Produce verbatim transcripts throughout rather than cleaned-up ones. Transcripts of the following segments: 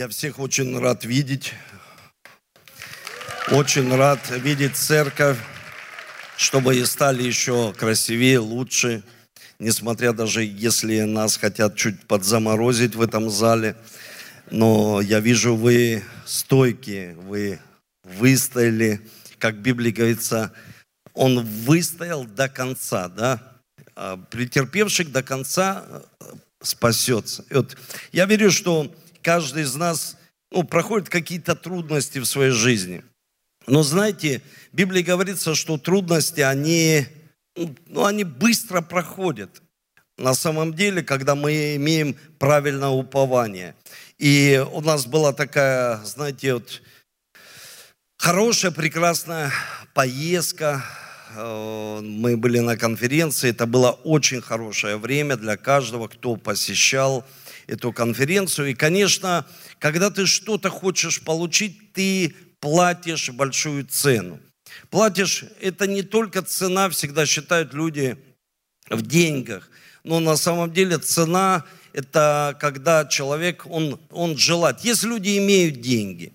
Я всех очень рад видеть. Очень рад видеть церковь, чтобы и стали еще красивее, лучше. Несмотря даже, если нас хотят чуть подзаморозить в этом зале. Но я вижу, вы стойкие, вы выстояли. Как в Библии говорится, он выстоял до конца, да? А претерпевший до конца спасется. И вот я верю, что каждый из нас ну, проходит какие-то трудности в своей жизни. Но знаете, в Библии говорится, что трудности, они, ну, они быстро проходят. На самом деле, когда мы имеем правильное упование. И у нас была такая, знаете, вот, хорошая, прекрасная поездка. Мы были на конференции. Это было очень хорошее время для каждого, кто посещал эту конференцию. И, конечно, когда ты что-то хочешь получить, ты платишь большую цену. Платишь, это не только цена, всегда считают люди в деньгах. Но на самом деле цена – это когда человек, он, он желает. Есть люди, имеют деньги,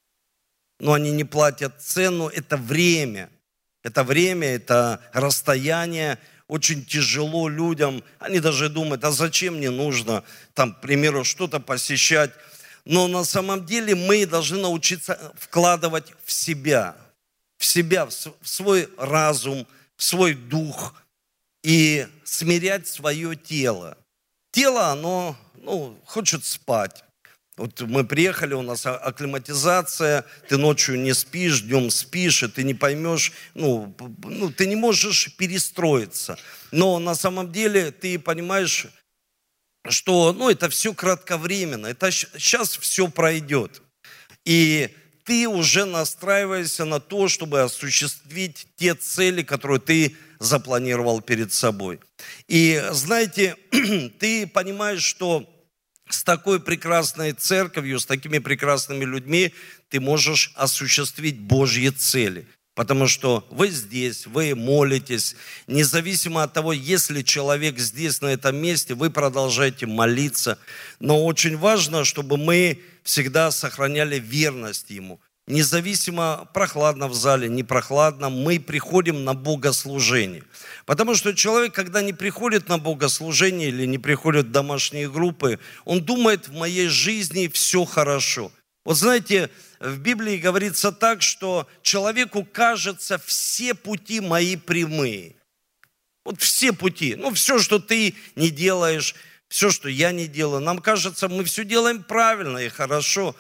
но они не платят цену, это время. Это время, это расстояние. Очень тяжело людям. Они даже думают, а зачем мне нужно, там, к примеру, что-то посещать. Но на самом деле мы должны научиться вкладывать в себя. В себя, в свой разум, в свой дух. И смирять свое тело. Тело, оно ну, хочет спать. Вот мы приехали, у нас акклиматизация, ты ночью не спишь, днем спишь, и ты не поймешь, ну, ну, ты не можешь перестроиться. Но на самом деле ты понимаешь, что ну, это все кратковременно, это сейчас все пройдет. И ты уже настраиваешься на то, чтобы осуществить те цели, которые ты запланировал перед собой. И знаете, ты понимаешь, что с такой прекрасной церковью, с такими прекрасными людьми ты можешь осуществить Божьи цели. Потому что вы здесь, вы молитесь, независимо от того, есть ли человек здесь, на этом месте, вы продолжаете молиться. Но очень важно, чтобы мы всегда сохраняли верность Ему. Независимо, прохладно в зале, не прохладно, мы приходим на богослужение. Потому что человек, когда не приходит на богослужение или не приходит в домашние группы, он думает, в моей жизни все хорошо. Вот знаете, в Библии говорится так, что человеку кажется, все пути мои прямые. Вот все пути, ну все, что ты не делаешь, все, что я не делаю. Нам кажется, мы все делаем правильно и хорошо,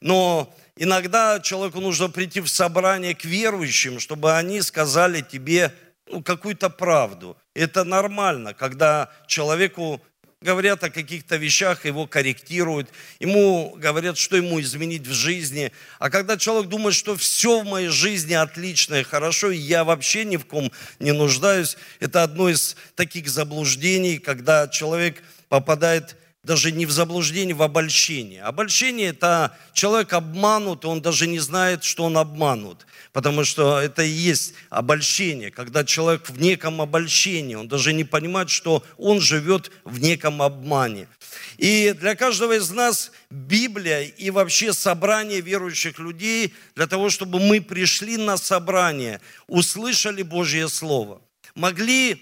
но иногда человеку нужно прийти в собрание к верующим, чтобы они сказали тебе ну, какую-то правду. Это нормально, когда человеку говорят о каких-то вещах, его корректируют, ему говорят, что ему изменить в жизни. А когда человек думает, что все в моей жизни отлично и хорошо, и я вообще ни в ком не нуждаюсь, это одно из таких заблуждений, когда человек попадает даже не в заблуждение, в обольщение. Обольщение – это человек обманут, и он даже не знает, что он обманут. Потому что это и есть обольщение, когда человек в неком обольщении, он даже не понимает, что он живет в неком обмане. И для каждого из нас Библия и вообще собрание верующих людей, для того, чтобы мы пришли на собрание, услышали Божье Слово, могли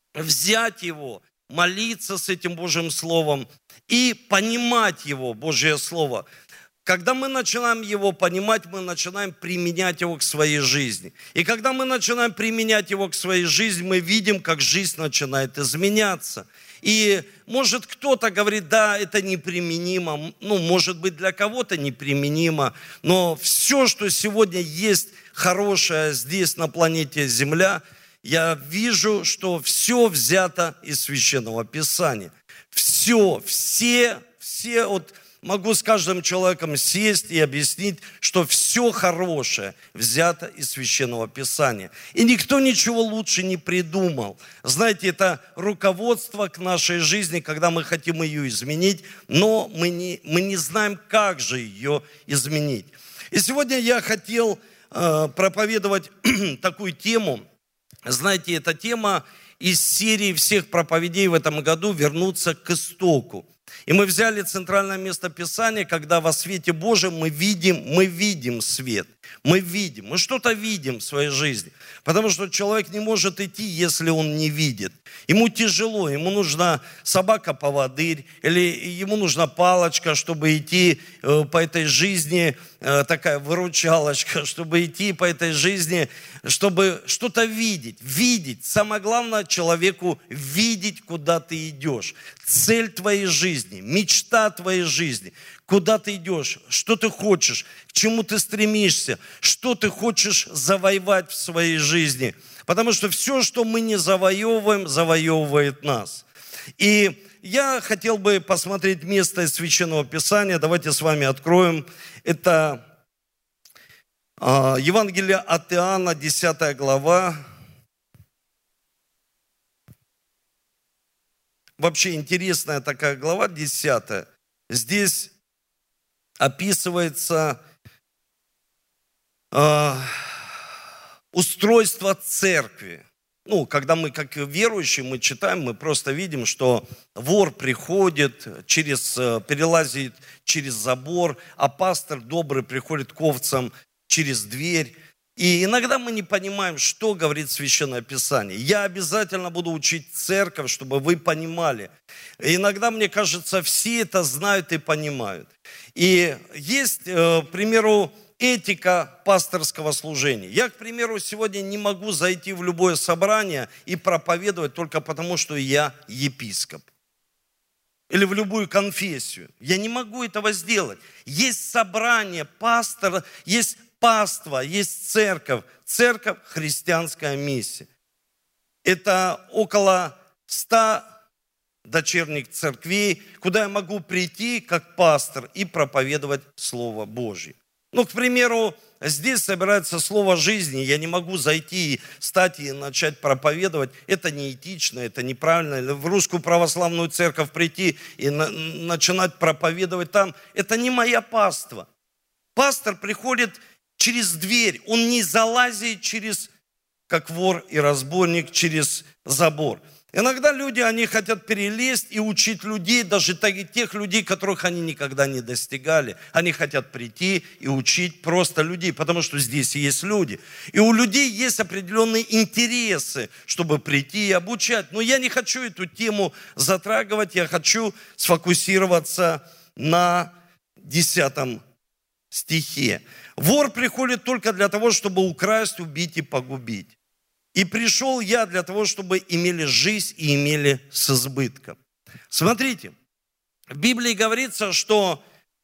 взять его, молиться с этим Божьим Словом и понимать его, Божье Слово. Когда мы начинаем его понимать, мы начинаем применять его к своей жизни. И когда мы начинаем применять его к своей жизни, мы видим, как жизнь начинает изменяться. И может кто-то говорит, да, это неприменимо, ну, может быть, для кого-то неприменимо, но все, что сегодня есть хорошее здесь, на планете Земля, я вижу, что все взято из Священного Писания. Все, все, все, вот могу с каждым человеком сесть и объяснить, что все хорошее взято из Священного Писания. И никто ничего лучше не придумал. Знаете, это руководство к нашей жизни, когда мы хотим ее изменить, но мы не, мы не знаем, как же ее изменить. И сегодня я хотел э, проповедовать такую тему. Знаете, эта тема из серии всех проповедей в этом году «Вернуться к истоку». И мы взяли центральное место Писания, когда во свете Божьем мы видим, мы видим свет. Мы видим, мы что-то видим в своей жизни. Потому что человек не может идти, если он не видит. Ему тяжело, ему нужна собака-поводырь, или ему нужна палочка, чтобы идти по этой жизни, такая выручалочка, чтобы идти по этой жизни, чтобы что-то видеть. Видеть. Самое главное человеку видеть, куда ты идешь. Цель твоей жизни, мечта твоей жизни. Куда ты идешь, что ты хочешь, к чему ты стремишься, что ты хочешь завоевать в своей жизни. Потому что все, что мы не завоевываем, завоевывает нас. И я хотел бы посмотреть место из Священного Писания. Давайте с вами откроем. Это э, Евангелие от Иоанна, десятая глава. Вообще интересная такая глава, десятая. Здесь описывается э, устройство церкви. Ну, когда мы, как верующие, мы читаем, мы просто видим, что вор приходит, через, перелазит через забор, а пастор добрый приходит к овцам через дверь. И иногда мы не понимаем, что говорит Священное Писание. Я обязательно буду учить церковь, чтобы вы понимали. И иногда, мне кажется, все это знают и понимают. И есть, к примеру, этика пасторского служения. Я, к примеру, сегодня не могу зайти в любое собрание и проповедовать только потому, что я епископ. Или в любую конфессию. Я не могу этого сделать. Есть собрание пастора, есть паства, есть церковь. Церковь – христианская миссия. Это около ста дочерних церквей, куда я могу прийти как пастор и проповедовать Слово Божье. Ну, к примеру, здесь собирается слово жизни, я не могу зайти и стать и начать проповедовать. Это неэтично, это неправильно. В русскую православную церковь прийти и на, начинать проповедовать там, это не моя паства. Пастор приходит через дверь, он не залазит через, как вор и разбойник, через забор. Иногда люди, они хотят перелезть и учить людей, даже тех людей, которых они никогда не достигали. Они хотят прийти и учить просто людей, потому что здесь есть люди. И у людей есть определенные интересы, чтобы прийти и обучать. Но я не хочу эту тему затрагивать, я хочу сфокусироваться на десятом стихе. Вор приходит только для того, чтобы украсть, убить и погубить. И пришел я для того, чтобы имели жизнь и имели с избытком. Смотрите, в Библии говорится, что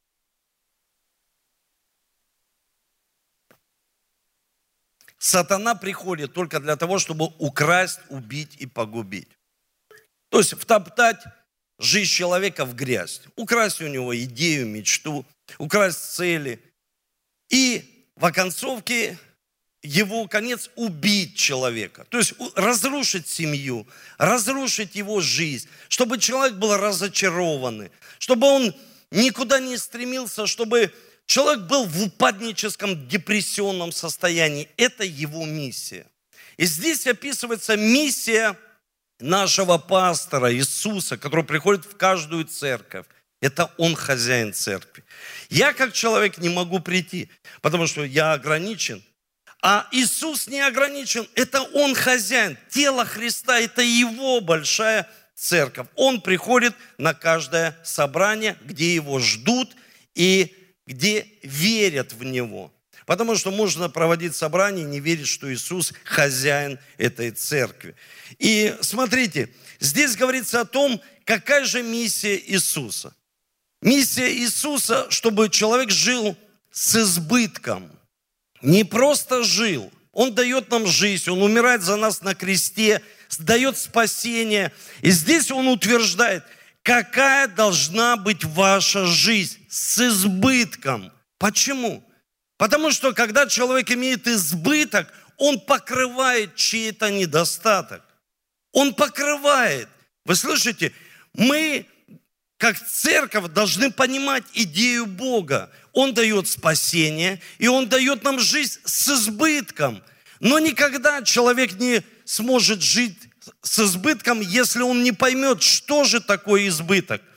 сатана приходит только для того, чтобы украсть, убить и погубить. То есть втоптать жизнь человека в грязь, украсть у него идею, мечту, украсть цели. И в оконцовке его конец – убить человека. То есть разрушить семью, разрушить его жизнь, чтобы человек был разочарованный, чтобы он никуда не стремился, чтобы человек был в упадническом, депрессионном состоянии. Это его миссия. И здесь описывается миссия нашего пастора Иисуса, который приходит в каждую церковь. Это Он хозяин церкви. Я как человек не могу прийти, потому что я ограничен. А Иисус не ограничен, это Он хозяин. Тело Христа – это Его большая церковь. Он приходит на каждое собрание, где Его ждут и где верят в Него. Потому что можно проводить собрание и не верить, что Иисус хозяин этой церкви. И смотрите, здесь говорится о том, какая же миссия Иисуса. Миссия Иисуса, чтобы человек жил с избытком. Не просто жил, Он дает нам жизнь, Он умирает за нас на кресте, дает спасение. И здесь Он утверждает, какая должна быть ваша жизнь с избытком. Почему? Потому что когда человек имеет избыток, он покрывает чей-то недостаток. Он покрывает. Вы слышите? Мы, как церковь, должны понимать идею Бога. Он дает спасение, и Он дает нам жизнь с избытком. Но никогда человек не сможет жить с избытком, если он не поймет, что же такое избыток.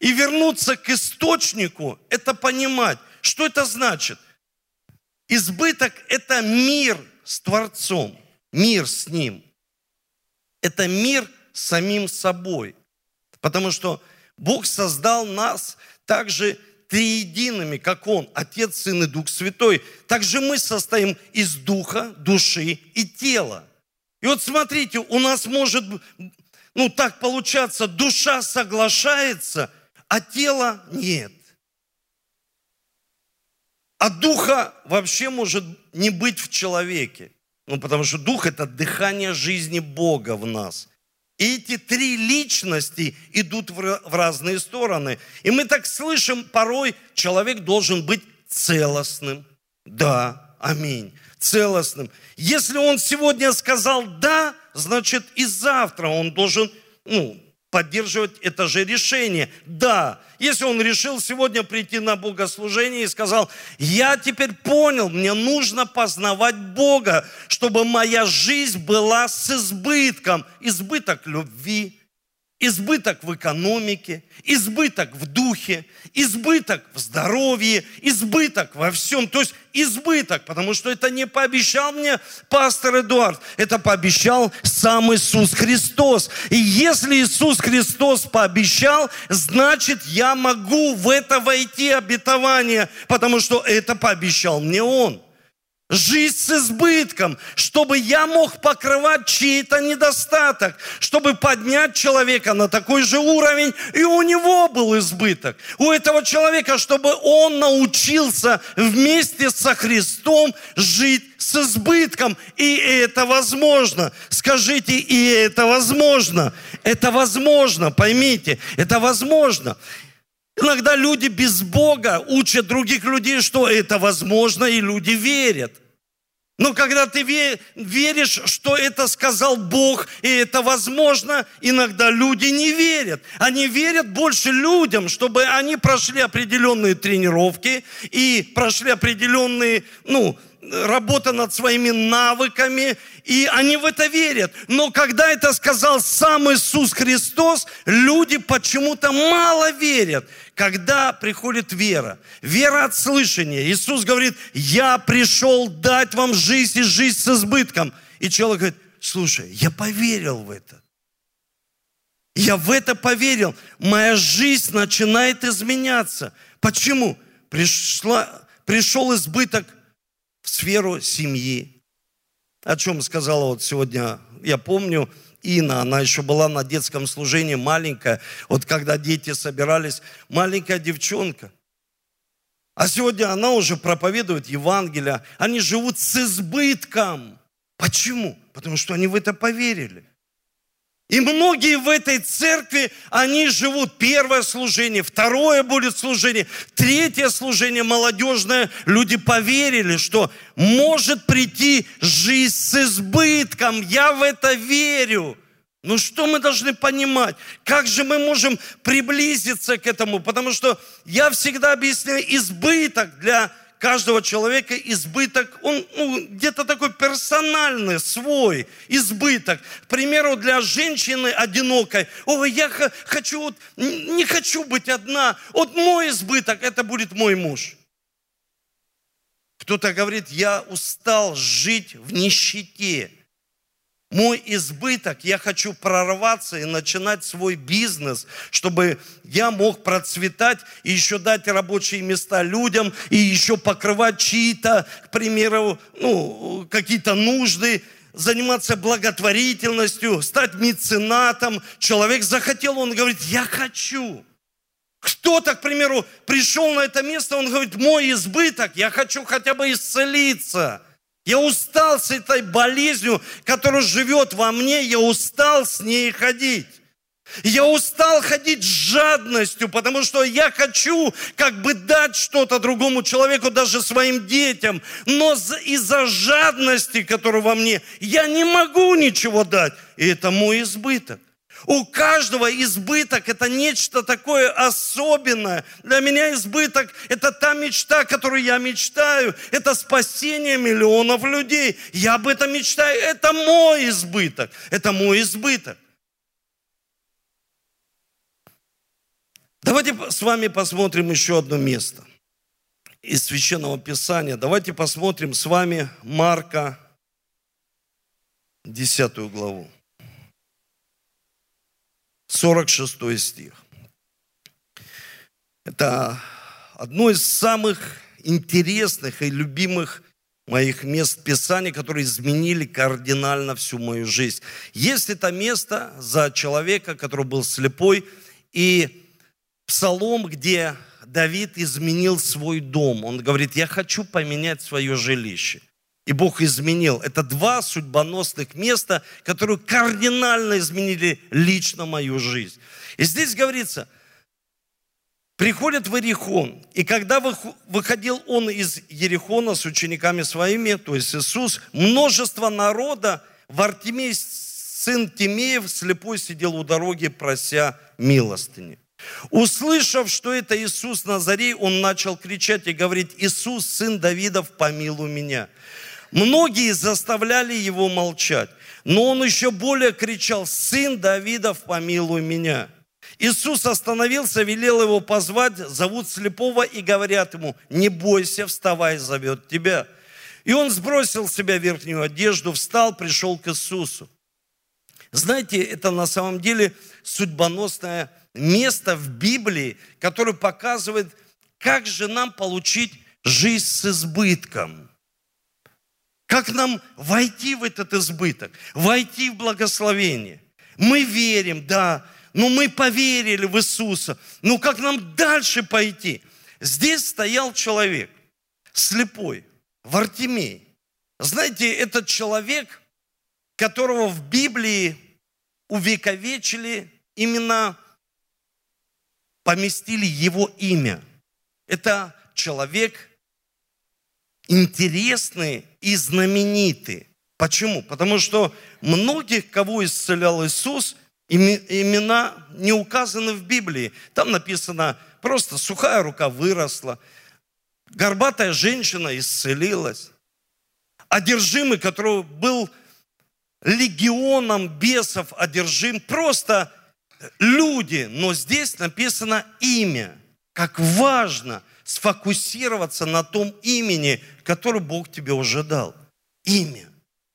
И вернуться к источнику – это понимать, что это значит. Избыток – это мир с Творцом, мир с Ним. Это мир с самим собой. Потому что Бог создал нас также триедиными, как Он, Отец, Сын и Дух Святой. Также мы состоим из духа, души и тела. И вот смотрите, у нас может, ну так получаться, душа соглашается, а тело нет. А духа вообще может не быть в человеке. Ну, потому что дух – это дыхание жизни Бога в нас. И эти три личности идут в разные стороны. И мы так слышим, порой человек должен быть целостным. Да, аминь, целостным. Если он сегодня сказал «да», значит и завтра он должен, ну, поддерживать это же решение. Да, если он решил сегодня прийти на богослужение и сказал, я теперь понял, мне нужно познавать Бога, чтобы моя жизнь была с избытком. Избыток любви, избыток в экономике, избыток в духе, избыток в здоровье, избыток во всем. То есть избыток, потому что это не пообещал мне пастор Эдуард, это пообещал сам Иисус Христос. И если Иисус Христос пообещал, значит я могу в это войти обетование, потому что это пообещал мне Он. Жизнь с избытком, чтобы я мог покрывать чей-то недостаток, чтобы поднять человека на такой же уровень, и у него был избыток. У этого человека, чтобы он научился вместе со Христом жить с избытком. И это возможно. Скажите, и это возможно. Это возможно, поймите, это возможно. Иногда люди без Бога учат других людей, что это возможно, и люди верят. Но когда ты веришь, что это сказал Бог, и это возможно, иногда люди не верят. Они верят больше людям, чтобы они прошли определенные тренировки и прошли определенные, ну, работа над своими навыками, и они в это верят. Но когда это сказал сам Иисус Христос, люди почему-то мало верят, когда приходит вера. Вера от слышания. Иисус говорит, я пришел дать вам жизнь и жизнь с избытком. И человек говорит, слушай, я поверил в это. Я в это поверил. Моя жизнь начинает изменяться. Почему? Пришла, пришел избыток в сферу семьи. О чем сказала вот сегодня, я помню, Инна, она еще была на детском служении, маленькая. Вот когда дети собирались, маленькая девчонка. А сегодня она уже проповедует Евангелие. Они живут с избытком. Почему? Потому что они в это поверили. И многие в этой церкви, они живут первое служение, второе будет служение, третье служение молодежное. Люди поверили, что может прийти жизнь с избытком. Я в это верю. Ну что мы должны понимать? Как же мы можем приблизиться к этому? Потому что я всегда объясняю, избыток для каждого человека, избыток, он ну, где-то такой персональный, свой избыток. К примеру, для женщины одинокой, ой, я хочу, вот, не хочу быть одна, вот мой избыток, это будет мой муж. Кто-то говорит, я устал жить в нищете. Мой избыток, я хочу прорваться и начинать свой бизнес, чтобы я мог процветать и еще дать рабочие места людям, и еще покрывать чьи-то, к примеру, ну, какие-то нужды, заниматься благотворительностью, стать меценатом. Человек захотел, он говорит, я хочу. Кто-то, к примеру, пришел на это место, он говорит, мой избыток, я хочу хотя бы исцелиться. Я устал с этой болезнью, которая живет во мне, я устал с ней ходить. Я устал ходить с жадностью, потому что я хочу как бы дать что-то другому человеку, даже своим детям. Но из-за жадности, которая во мне, я не могу ничего дать. И это мой избыток. У каждого избыток – это нечто такое особенное. Для меня избыток – это та мечта, которую я мечтаю. Это спасение миллионов людей. Я об этом мечтаю. Это мой избыток. Это мой избыток. Давайте с вами посмотрим еще одно место из Священного Писания. Давайте посмотрим с вами Марка, десятую главу, сорок шестой стих. Это одно из самых интересных и любимых моих мест Писания, которые изменили кардинально всю мою жизнь. Есть это место за человека, который был слепой, и псалом, где Давид изменил свой дом. Он говорит: я хочу поменять свое жилище. И Бог изменил. Это два судьбоносных места, которые кардинально изменили лично мою жизнь. И здесь говорится: приходят в Иерихон, и когда выходил он из Иерихона с учениками своими, то есть Иисус, множество народа, Вартимей, сын Тимеев, слепой, сидел у дороги, прося милостыни. Услышав, что это Иисус Назарей, он начал кричать и говорить: Иисус, сын Давидов, помилуй меня. Многие заставляли его молчать, но он еще более кричал: сын Давидов, помилуй меня. Иисус остановился, велел его позвать, зовут слепого и говорят ему: не бойся, вставай, зовет тебя. И он сбросил с себя верхнюю одежду, встал, пришел к Иисусу. Знаете, это на самом деле судьбоносное место в Библии, которое показывает, как же нам получить жизнь с избытком. Как нам войти в этот избыток, войти в благословение. Мы верим, да, но мы поверили в Иисуса. Но как нам дальше пойти? Здесь стоял человек, слепой, Вартимей. Знаете, этот человек, которого в Библии увековечили, именно поместили его имя. Это человек интересный и знаменитый. Почему? Потому что многих, кого исцелял Иисус, имена не указаны в Библии. Там написано просто: сухая рука выросла, горбатая женщина исцелилась, одержимый, который был легионом бесов одержим, просто люди. Но здесь написано имя. Как важно сфокусироваться на том имени, которое Бог тебе уже дал. Имя.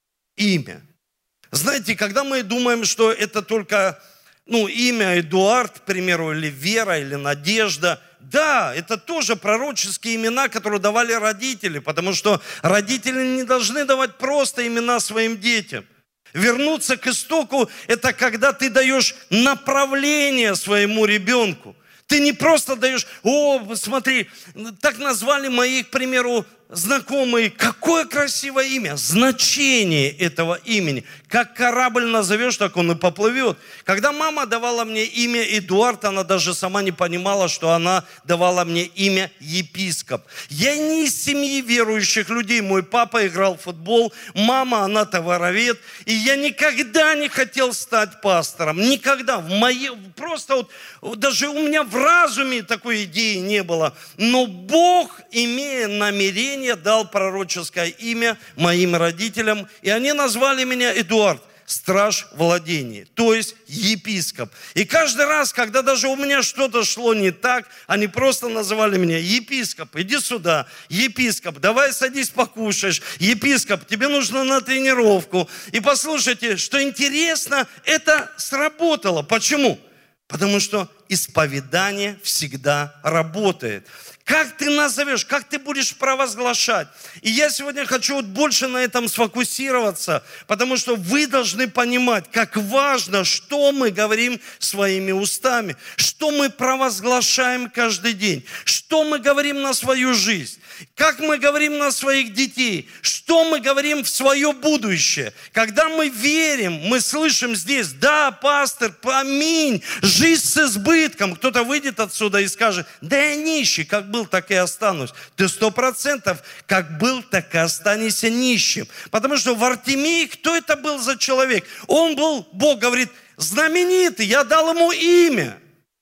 Имя. Знаете, когда мы думаем, что это только, ну, имя Эдуард, к примеру, или Вера, или Надежда, да, это тоже пророческие имена, которые давали родители, потому что родители не должны давать просто имена своим детям. Вернуться к истоку – это когда ты даешь направление своему ребенку. Ты не просто даешь: о, смотри, так назвали мои, к примеру, знакомые. Какое красивое имя, значение этого имени. Как корабль назовешь, так он и поплывет. Когда мама давала мне имя Эдуард, она даже сама не понимала, что она давала мне имя епископ. Я не из семьи верующих людей. Мой папа играл в футбол, мама, она товаровед. И я никогда не хотел стать пастором. Никогда. В моей, просто вот, даже у меня в разуме такой идеи не было. Но Бог, имея намерение, дал пророческое имя моим родителям, и они назвали меня Эдуард, страж владений, то есть епископ. И каждый раз, когда даже у меня что-то шло не так, они просто называли меня: епископ, иди сюда, епископ, давай садись покушаешь, епископ, тебе нужно на тренировку. И послушайте, что интересно, это сработало. Почему? Потому что исповедание всегда работает. Как ты назовешь, как ты будешь провозглашать. И я сегодня хочу вот больше на этом сфокусироваться, потому что вы должны понимать, как важно, что мы говорим своими устами, что мы провозглашаем каждый день, что мы говорим на свою жизнь, как мы говорим на своих детей, что мы говорим в свое будущее. Когда мы верим, мы слышим здесь: да, пастор, аминь, жизнь с избытком. Кто-то выйдет отсюда и скажет: да я нищий, как был, так и останусь. Ты сто процентов как был, так и останешься нищим. Потому что Вартимей, кто это был за человек? Он был, Бог говорит, знаменитый. Я дал ему имя.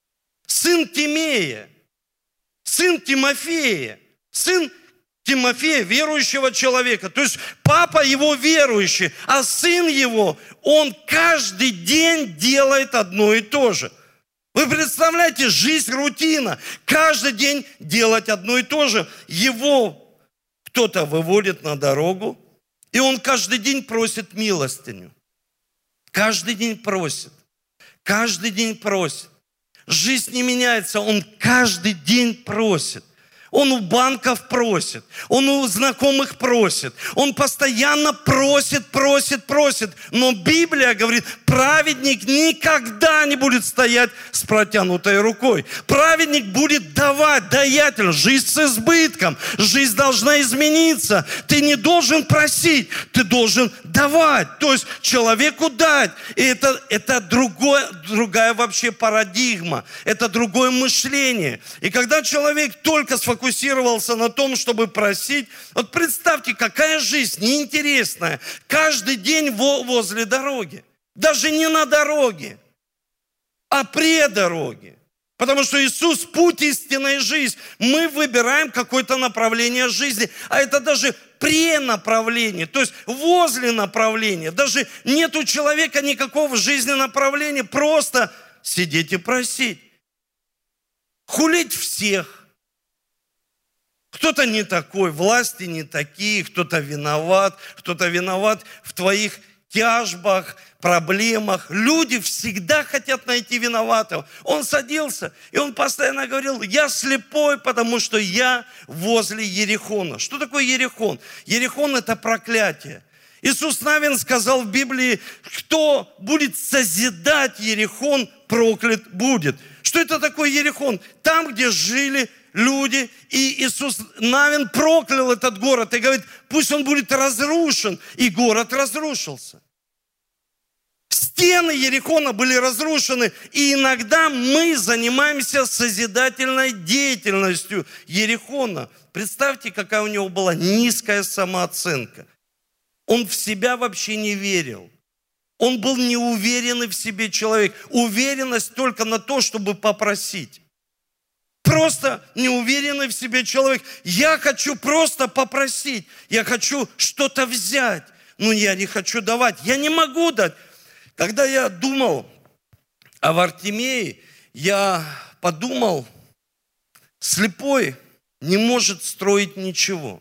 Сын Тимея, сын Тимофея, сын Тимофея, верующего человека. То есть папа его верующий, а сын его, он каждый день делает одно и то же. Вы представляете, жизнь рутина. Каждый день делать одно и то же. Его кто-то выводит на дорогу, и он каждый день просит милостыню. Каждый день просит. Каждый день просит. Жизнь не меняется, он каждый день просит. Он у банков просит, он у знакомых просит, он постоянно просит, просит, просит. Но Библия говорит, праведник никогда не будет стоять с протянутой рукой. Праведник будет давать, даятель, жизнь с избытком. Жизнь должна измениться. Ты не должен просить, ты должен давать. То есть человеку дать. И это, это другое, другая вообще парадигма. Это другое мышление. И когда человек только сфокусировался фокусировался на том, чтобы просить. Вот представьте, какая жизнь неинтересная. Каждый день возле дороги. Даже не на дороге, а при дороге. Потому что Иисус – путь, истинная жизнь. Мы выбираем какое-то направление жизни, а это даже пренаправление, то есть возле направления. Даже нет у человека никакого жизненного направления, просто сидеть и просить. Хулить всех. Кто-то не такой, власти не такие, кто-то виноват, кто-то виноват в твоих тяжбах, проблемах. Люди всегда хотят найти виноватого. Он садился, и он постоянно говорил, я слепой, потому что я возле Ерихона. Что такое Ерихон? Ерихон – это проклятие. Иисус Навин сказал в Библии, кто будет созидать Ерихон, проклят будет. Что это такое Ерихон? Там, где жили люди, и Иисус Навин проклял этот город и говорит, пусть он будет разрушен, и город разрушился. Стены Ерихона были разрушены, и иногда мы занимаемся созидательной деятельностью Ерихона. Представьте, какая у него была низкая самооценка. Он в себя вообще не верил. Он был неуверенный в себе человек. Уверенность только на то, чтобы попросить. Просто неуверенный в себе человек. Я хочу просто попросить. Я хочу что-то взять. Но я не хочу давать. Я не могу дать. Когда я думал о Вартимее, я подумал, слепой не может строить ничего.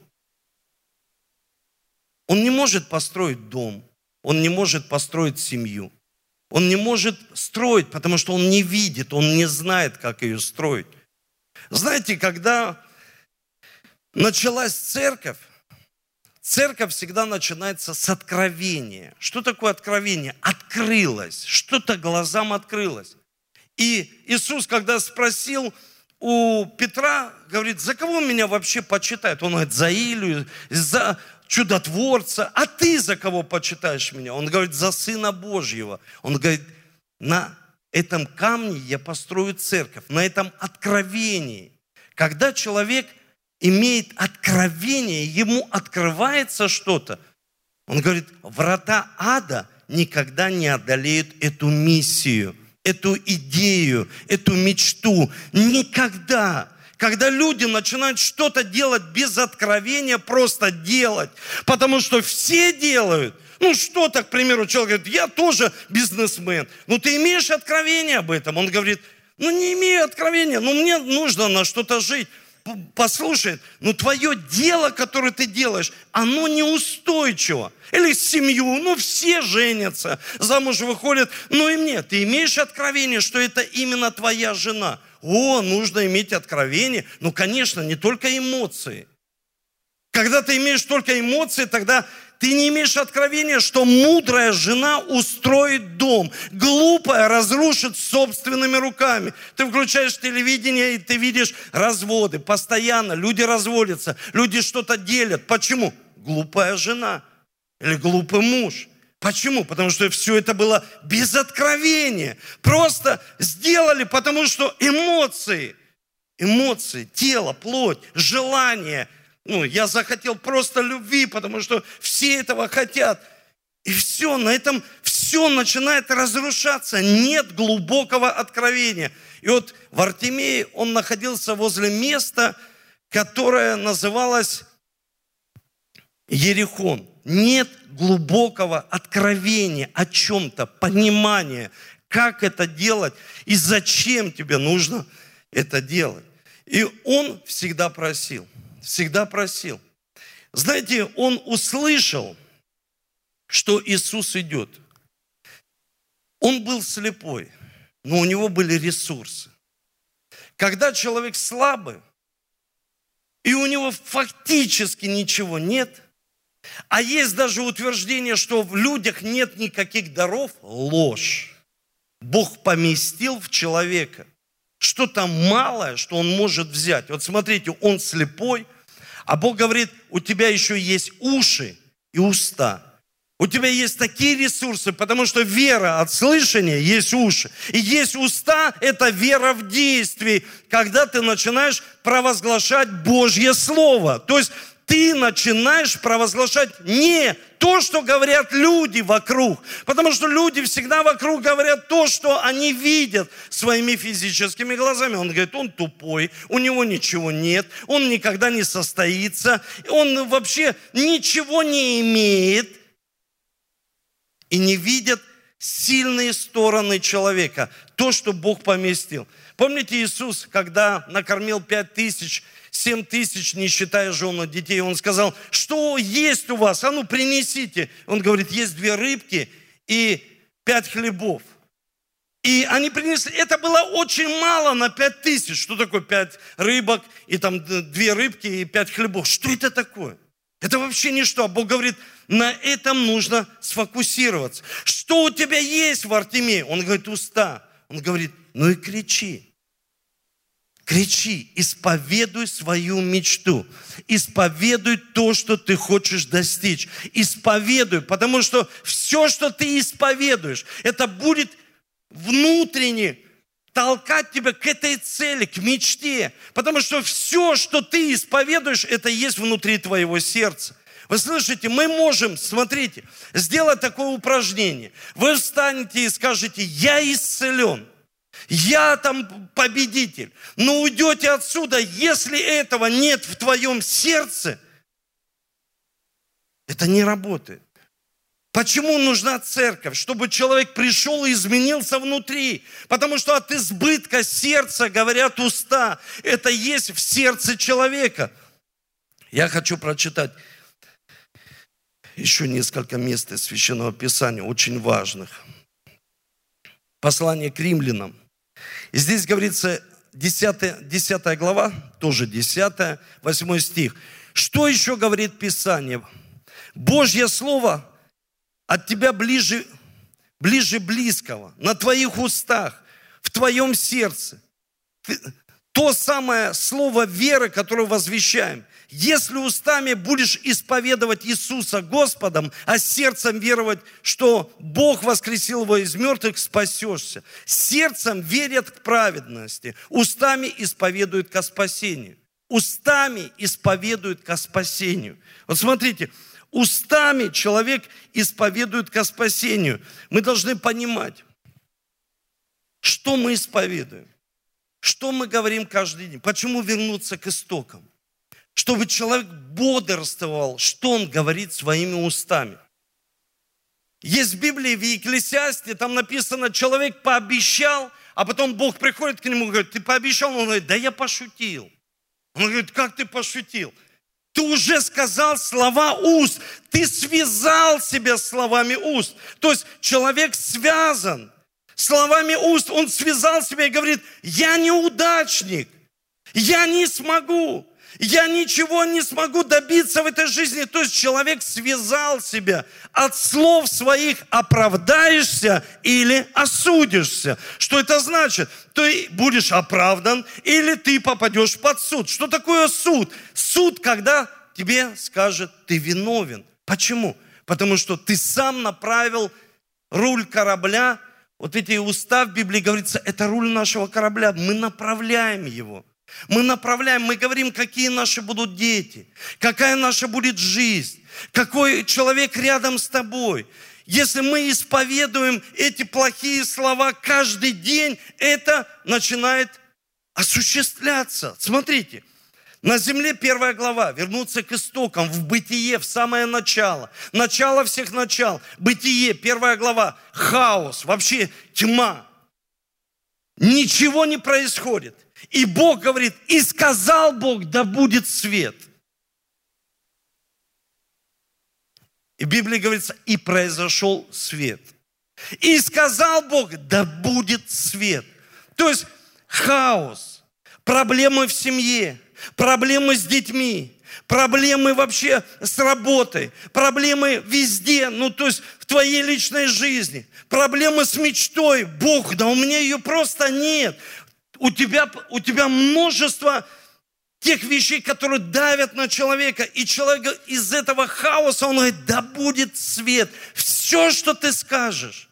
Он не может построить дом. Он не может построить семью. Он не может строить, потому что он не видит, он не знает, как ее строить. Знаете, когда началась церковь, церковь всегда начинается с откровения. Что такое откровение? Открылось, что-то глазам открылось. И Иисус, когда спросил у Петра, говорит, за кого меня вообще почитают? Он говорит, за Илию, за чудотворца. А ты за кого почитаешь меня? Он говорит, за Сына Божьего. Он говорит, на этом камне я построю церковь, на этом откровении. Когда человек имеет откровение, ему открывается что-то, он говорит, врата ада никогда не одолеют эту миссию, эту идею, эту мечту. Никогда. Когда люди начинают что-то делать без откровения, просто делать, потому что все делают. Ну что-то, к примеру, человек говорит, я тоже бизнесмен. Ну ты имеешь откровение об этом? Он говорит, ну не имею откровения, но мне нужно на что-то жить. Послушай, ну твое дело, которое ты делаешь, оно неустойчиво. Или семью, ну все женятся, замуж выходят. Ну и мне, ты имеешь откровение, что это именно твоя жена? О, нужно иметь откровение. Ну, конечно, не только эмоции. Когда ты имеешь только эмоции, тогда ты не имеешь откровения, что мудрая жена устроит дом, глупая разрушит собственными руками. Ты включаешь телевидение, и ты видишь разводы. Постоянно люди разводятся, люди что-то делят. Почему? Глупая жена или глупый муж. Почему? Потому что все это было без откровения. Просто сделали, потому что эмоции, эмоции, тело, плоть, желание. Ну, я захотел просто любви, потому что все этого хотят. И все, на этом все начинает разрушаться. Нет глубокого откровения. И вот Вартимей, он находился возле места, которое называлось Ерихон. Нет глубокого откровения о чем-то, понимания, как это делать и зачем тебе нужно это делать. И он всегда просил, всегда просил. Знаете, он услышал, что Иисус идет. Он был слепой, но у него были ресурсы. Когда человек слабый, и у него фактически ничего нет, а есть даже утверждение, что в людях нет никаких даров, ложь. Бог поместил в человека что-то малое, что он может взять. Вот смотрите, он слепой, а Бог говорит, у тебя еще есть уши и уста. У тебя есть такие ресурсы, потому что вера от слышания есть уши. И есть уста, это вера в действии, когда ты начинаешь провозглашать Божье Слово. То есть ты начинаешь провозглашать не то, что говорят люди вокруг. Потому что люди всегда вокруг говорят то, что они видят своими физическими глазами. Он говорит, он тупой, у него ничего нет, он никогда не состоится, он вообще ничего не имеет. И не видят сильные стороны человека, то, что Бог поместил. Помните Иисус, когда накормил пять тысяч, семь тысяч, не считая жен и детей, Он сказал, что есть у вас, а ну принесите. Он говорит, есть две рыбки и пять хлебов. И они принесли, это было очень мало на пять тысяч. Что такое пять рыбок и там две рыбки и пять хлебов? Что это такое? Это вообще ничто. А Бог говорит, на этом нужно сфокусироваться. Что у тебя есть в Артемии? Он говорит, уста. Он говорит, ну и кричи. Кричи, исповедуй свою мечту. Исповедуй то, что ты хочешь достичь. Исповедуй, потому что все, что ты исповедуешь, это будет внутренне толкать тебя к этой цели, к мечте. Потому что все, что ты исповедуешь, это есть внутри твоего сердца. Вы слышите, мы можем, смотрите, сделать такое упражнение. Вы встанете и скажете, я исцелен, я там победитель. Но уйдете отсюда, если этого нет в твоем сердце, это не работает. Почему нужна церковь? Чтобы человек пришел и изменился внутри. Потому что от избытка сердца, говорят уста, это есть в сердце человека. Я хочу прочитать еще несколько мест из Священного Писания, очень важных. Послание к римлянам. И здесь говорится, десятая, десятая глава, тоже десятая, восьмой стих. Что еще говорит Писание? Божье Слово от тебя ближе, ближе близкого, на твоих устах, в твоем сердце. То самое слово веры, которое возвещаем. Если устами будешь исповедовать Иисуса Господом, а сердцем веровать, что Бог воскресил его из мертвых, спасешься. Сердцем верят к праведности, устами исповедуют ко спасению. Устами исповедуют ко спасению. Вот смотрите, устами человек исповедует ко спасению. Мы должны понимать, что мы исповедуем, что мы говорим каждый день. Почему вернуться к истокам? Чтобы человек бодрствовал, что он говорит своими устами. Есть в Библии, в Екклесиасте, там написано, человек пообещал, а потом Бог приходит к нему и говорит, ты пообещал? Он говорит, да я пошутил. Он говорит, как ты пошутил? Ты уже сказал слова уст, ты связал себя словами уст. То есть человек связан словами уст, он связал себя и говорит, я неудачник, я не смогу. Я ничего не смогу добиться в этой жизни. То есть человек связал себя. От слов своих оправдаешься или осудишься. Что это значит? Ты будешь оправдан или ты попадешь под суд. Что такое суд? Суд, когда тебе скажут, ты виновен. Почему? Потому что ты сам направил руль корабля. Вот эти уста в Библии говорится, это руль нашего корабля. Мы направляем его. Мы направляем, мы говорим, какие наши будут дети, какая наша будет жизнь, какой человек рядом с тобой. Если мы исповедуем эти плохие слова каждый день, это начинает осуществляться. Смотрите, На земле первая глава, вернуться к истокам, в бытие, в самое начало. Начало всех начал, бытие, первая глава, хаос, вообще тьма. Ничего не происходит. И Бог говорит, и сказал Бог, да будет свет. И в Библии говорится, и произошел свет. И сказал Бог, да будет свет. То есть хаос, проблемы в семье, проблемы с детьми, проблемы вообще с работой, проблемы везде, ну то есть в твоей личной жизни, проблемы с мечтой. Бог, да у меня ее просто нет. У тебя, у тебя множество тех вещей, которые давят на человека. И человек из этого хаоса, он говорит, да будет свет. Все, что ты скажешь,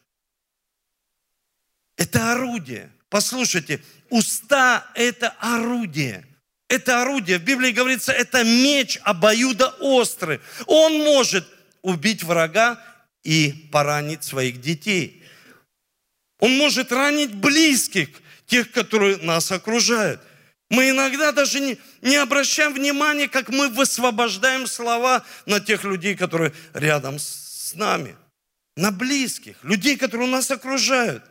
это орудие. Послушайте, уста – это орудие. Это орудие. В Библии говорится, это меч обоюдоострый. Он может убить врага и поранить своих детей. Он может ранить близких, тех, которые нас окружают. Мы иногда даже не, не обращаем внимания, как мы высвобождаем слова на тех людей, которые рядом с нами. На близких, людей, которые нас окружают.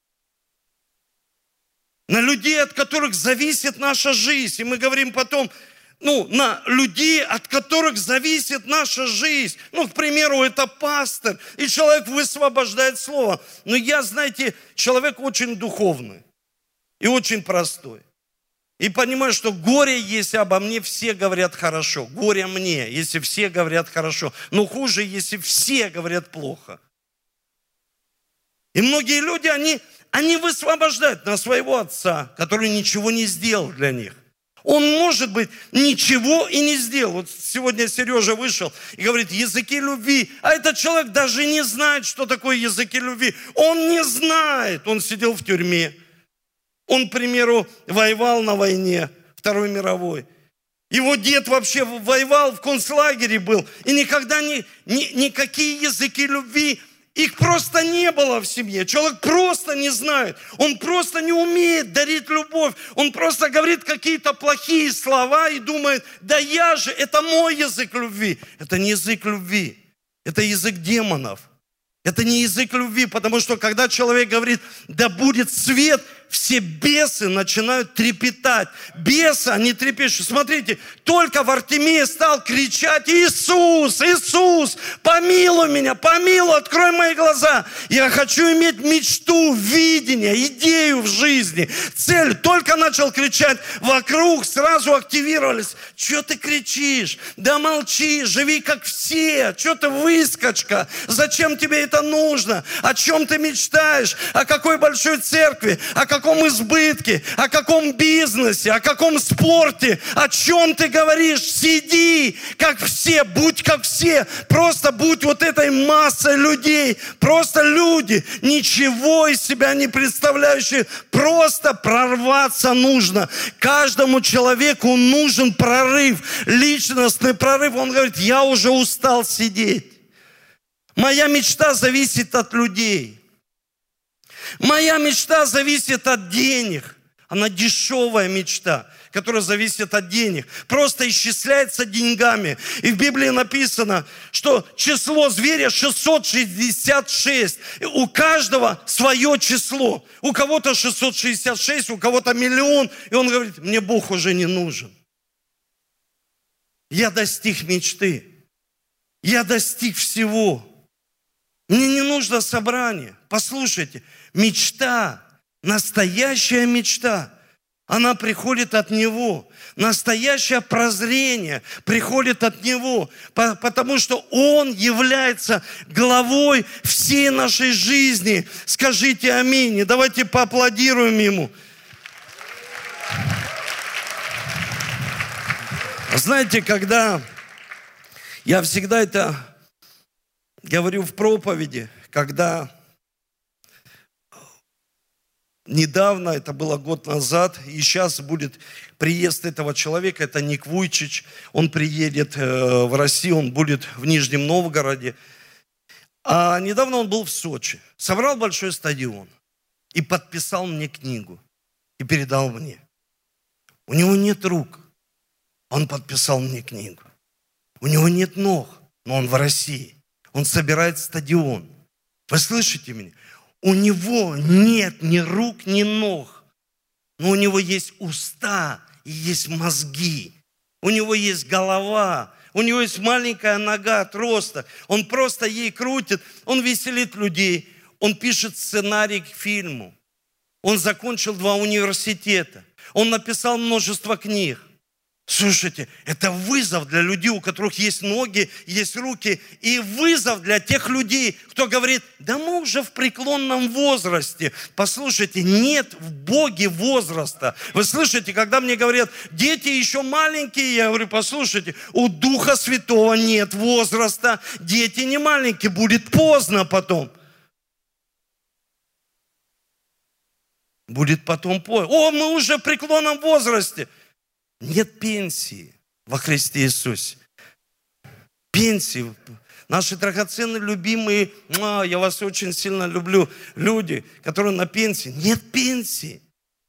На людей, от которых зависит наша жизнь. И мы говорим потом, ну, на людей, от которых зависит наша жизнь. Ну, к примеру, это пастор, и человек высвобождает слово. Но я, знаете, человек очень духовный и очень простой. И понимаю, что горе, если обо мне все говорят хорошо. Горе мне, если все говорят хорошо. Но хуже, если все говорят плохо. И многие люди, они, они высвобождают на своего отца, который ничего не сделал для них. Он, может быть, ничего и не сделал. Вот сегодня Сережа вышел и говорит, языки любви. А этот человек даже не знает, что такое языки любви. Он не знает. Он сидел в тюрьме. Он, к примеру, воевал на войне Второй мировой. Его дед вообще воевал, в концлагере был. И никогда ни, ни, никакие языки любви, их просто не было в семье. Человек просто не знает. Он просто не умеет дарить любовь. Он просто говорит какие-то плохие слова и думает, да я же, это мой язык любви. Это не язык любви. Это язык демонов. Это не язык любви, потому что когда человек говорит, да будет свет, все бесы начинают трепетать. Бесы, они трепещут. Смотрите, только Вартимей стал кричать, Иисус, Иисус, помилуй меня, помилуй, открой мои глаза. Я хочу иметь мечту, видение, идею в жизни, цель. Только начал кричать, вокруг сразу активировались. Что ты кричишь? Да молчи, живи как все. Что ты выскочка? Зачем тебе это нужно? О чем ты мечтаешь? О какой большой церкви? О каком избытке? О каком бизнесе? О каком спорте? О чем ты говоришь? Сиди, как все, будь как все. Просто будь вот этой массой людей. Просто люди, ничего из себя не представляющие. Просто прорваться нужно. Каждому человеку нужен прорыв, личностный прорыв. Он говорит, я уже устал сидеть. Моя мечта зависит от людей. Моя мечта зависит от денег. Она дешевая мечта, которая зависит от денег. Просто исчисляется деньгами. И в Библии написано, что число зверя шестьсот шестьдесят шесть. У каждого свое число. У кого-то шестьсот шестьдесят шесть, у кого-то миллион. И он говорит, мне Бог уже не нужен. Я достиг мечты. Я достиг всего. Мне не нужно собрание. Послушайте, мечта, настоящая мечта, она приходит от Него. Настоящее прозрение приходит от Него, потому что Он является главой всей нашей жизни. Скажите аминь. И давайте поаплодируем Ему. Знаете, когда я всегда это говорю в проповеди, когда недавно, это было год назад, и сейчас будет приезд этого человека, это Ник Вуйчич, он приедет в Россию, он будет в Нижнем Новгороде. А недавно он был в Сочи, собрал большой стадион и подписал мне книгу и передал мне. У него нет рук. Он подписал мне книгу. У него нет ног, но он в России. Он собирает стадион. Вы слышите меня? У него нет ни рук, ни ног. Но у него есть уста и есть мозги. У него есть голова. У него есть маленькая нога от роста. Он просто ей крутит. Он веселит людей. Он пишет сценарий к фильму. Он закончил два университета. Он написал множество книг. Слушайте, это вызов для людей, у которых есть ноги, есть руки. И вызов для тех людей, кто говорит, да мы уже в преклонном возрасте. Послушайте, нет в Боге возраста. Вы слышите, когда мне говорят, дети еще маленькие, я говорю, послушайте, у Духа Святого нет возраста. Дети не маленькие, будет поздно потом. Будет потом поздно. О, мы уже в преклонном возрасте. Нет пенсии во Христе Иисусе. Пенсии. Наши драгоценные, любимые, я вас очень сильно люблю, люди, которые на пенсии. Нет пенсии.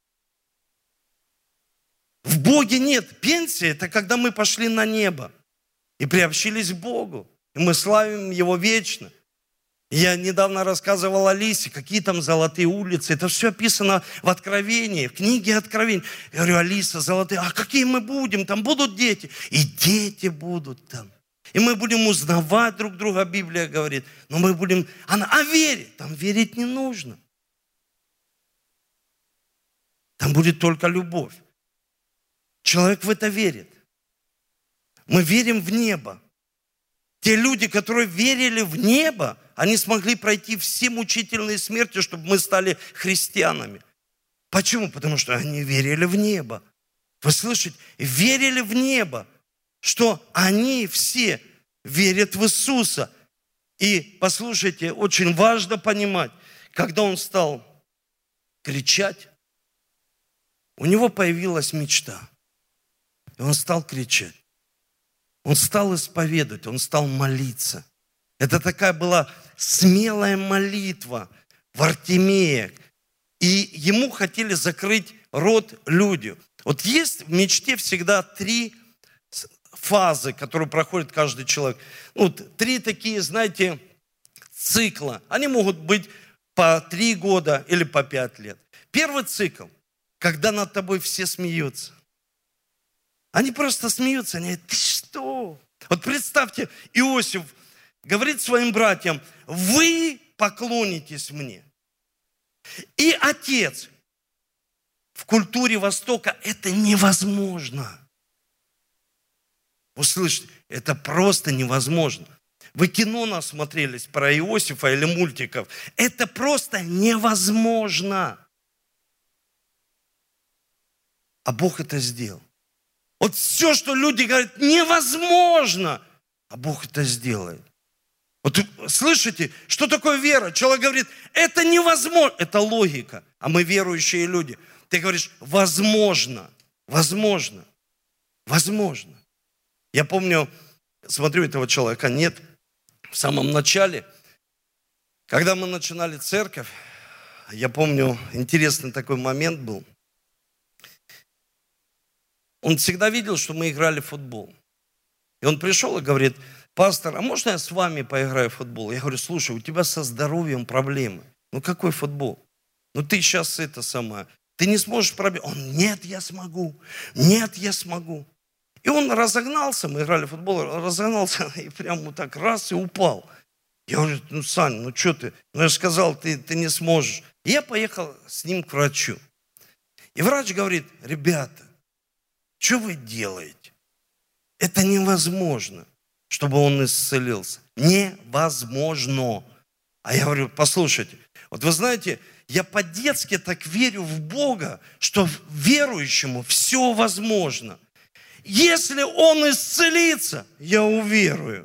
В Боге нет. Пенсии – это когда мы пошли на небо и приобщились к Богу. И мы славим Его вечно. Я недавно рассказывал Алисе, какие там золотые улицы. Это все описано в Откровении, в книге Откровений. Я говорю, Алиса, золотые, а какие мы будем? Там будут дети. И дети будут там. И мы будем узнавать друг друга, Библия говорит. Но мы будем... Она, а верить? Там верить не нужно. Там будет только любовь. Человек в это верит. Мы верим в небо. Те люди, которые верили в небо, они смогли пройти все мучительные смерти, чтобы мы стали христианами. Почему? Потому что они верили в небо. Вы слышите? Верили в небо, что они все верят в Иисуса. И послушайте, очень важно понимать, когда он стал кричать, у него появилась мечта. И он стал кричать. Он стал исповедовать, он стал молиться. Это такая была смелая молитва Вартимея. И ему хотели закрыть рот люди. Вот есть в мечте всегда три фазы, которые проходит каждый человек. Ну, три такие, знаете, цикла. Они могут быть по три года или по пять лет. Первый цикл, когда над тобой все смеются. Они просто смеются, они говорят, ты что? Вот представьте, Иосиф говорит своим братьям, вы поклонитесь мне. И отец, в культуре Востока это невозможно. Вы слышите, это просто невозможно. Вы кино насмотрелись про Иосифа или мультиков. Это просто невозможно. А Бог это сделал. Вот все, что люди говорят, невозможно, а Бог это сделает. Вот слышите, что такое вера? Человек говорит, это невозможно. Это логика. А мы верующие люди. Ты говоришь, возможно, возможно, возможно. Я помню, смотрю, этого человека нет. В самом начале, когда мы начинали церковь, я помню, интересный такой момент был. Он всегда видел, что мы играли в футбол. И он пришел и говорит, пастор, а можно я с вами поиграю в футбол? Я говорю, слушай, у тебя со здоровьем проблемы. Ну какой футбол? Ну ты сейчас это самое, ты не сможешь пробить. Он, нет, я смогу, нет, я смогу. И он разогнался, мы играли в футбол, разогнался и прям вот так раз и упал. Я говорю, ну Сань, ну что ты? Ну я сказал, ты, ты не сможешь. И я поехал с ним к врачу. И врач говорит, ребята, что вы делаете? Это невозможно, чтобы он исцелился. Невозможно. А я говорю, послушайте, вот вы знаете, я по-детски так верю в Бога, что верующему все возможно. Если он исцелится, я уверую.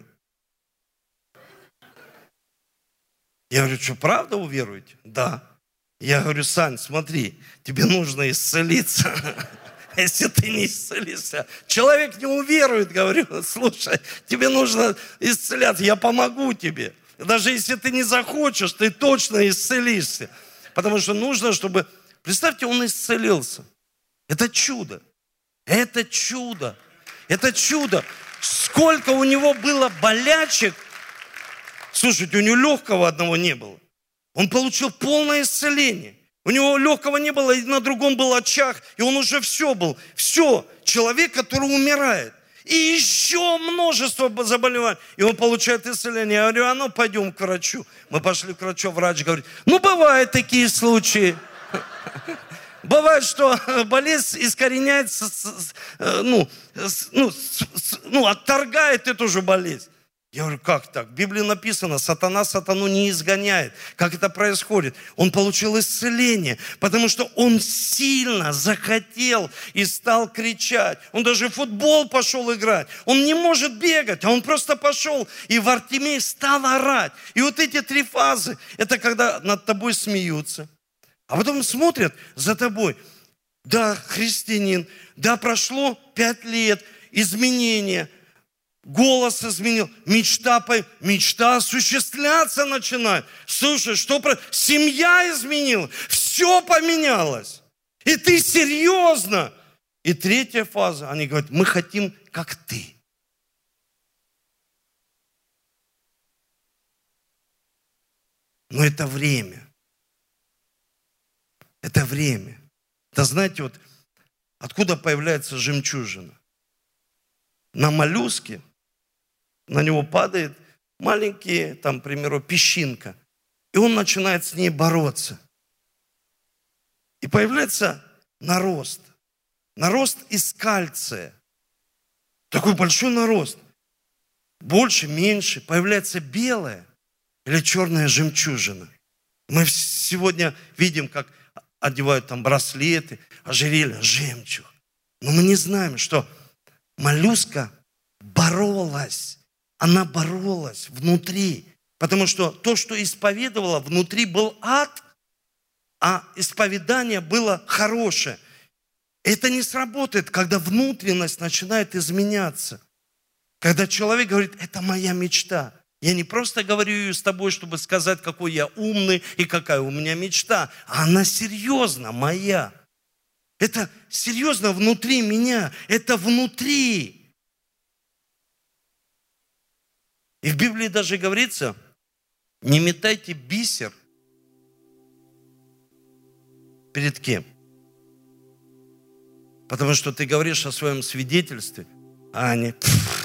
Я говорю, что правда уверуете? Да. Я говорю, Сань, смотри, тебе нужно исцелиться. Если ты не исцелишься, человек не уверует, говорю, слушай, тебе нужно исцеляться, я помогу тебе. Даже если ты не захочешь, ты точно исцелишься. Потому что нужно, чтобы... Представьте, он исцелился. Это чудо. Это чудо. Это чудо. Сколько у него было болячек. Слушайте, у него легкого одного не было. Он получил полное исцеление. У него легкого не было, и на другом был очаг, и он уже все был. Все. Человек, который умирает. И еще множество заболеваний. И он получает исцеление. Я говорю, а ну пойдем к врачу. Мы пошли к врачу, врач говорит, ну бывают такие случаи. Бывает, что болезнь искореняется, ну, ну, ну, отторгает эту же болезнь. Я говорю, как так? В Библии написано, сатана сатану не изгоняет. Как это происходит? Он получил исцеление, потому что он сильно захотел и стал кричать. Он даже в футбол пошел играть. Он не может бегать, а он просто пошел. И Вартимей стал орать. И вот эти три фазы, это когда над тобой смеются. А потом смотрят за тобой. Да, христианин, да, прошло пять лет, изменения. Голос изменил, мечта, мечта осуществляться начинает. Слушай, что про... Семья изменила, все поменялось. И ты серьезно. И третья фаза, они говорят, мы хотим, как ты. Но это время. Это время. Это знаете, вот откуда появляется жемчужина? На моллюске на него падает маленький, там, к примеру, песчинка. И он начинает с ней бороться. И появляется нарост. Нарост из кальция. Такой большой нарост. Больше, меньше. Появляется белая или черная жемчужина. Мы сегодня видим, как одевают там браслеты, ожерелья, жемчуг. Но мы не знаем, что моллюска боролась. Она боролась внутри. Потому что то, что исповедовала, внутри был ад, а исповедание было хорошее. Это не сработает, когда внутренность начинает изменяться. Когда человек говорит, это моя мечта. Я не просто говорю ее с тобой, чтобы сказать, какой я умный и какая у меня мечта. А она серьезно моя. Это серьезно внутри меня. Это внутри. И в Библии даже говорится, не метайте бисер перед кем? Потому что ты говоришь о своем свидетельстве, а они,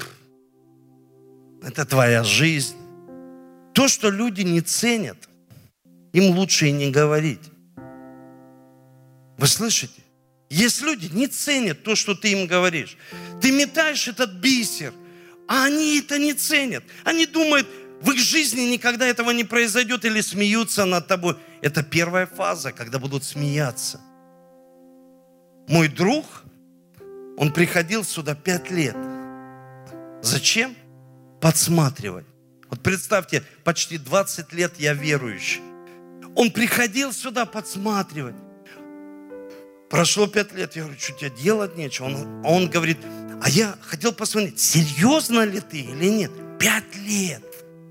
это твоя жизнь. То, что люди не ценят, им лучше и не говорить. Вы слышите? Есть люди, не ценят то, что ты им говоришь. Ты метаешь этот бисер, а они это не ценят. Они думают, в их жизни никогда этого не произойдет или смеются над тобой. Это первая фаза, когда будут смеяться. Мой друг, он приходил сюда пять лет. Зачем? Подсматривать. Вот представьте, почти двадцать лет я верующий. Он приходил сюда подсматривать. Прошло пять лет, я говорю, что тебе делать нечего? Он, он говорит, а я хотел посмотреть, серьезно ли ты или нет? Пять лет.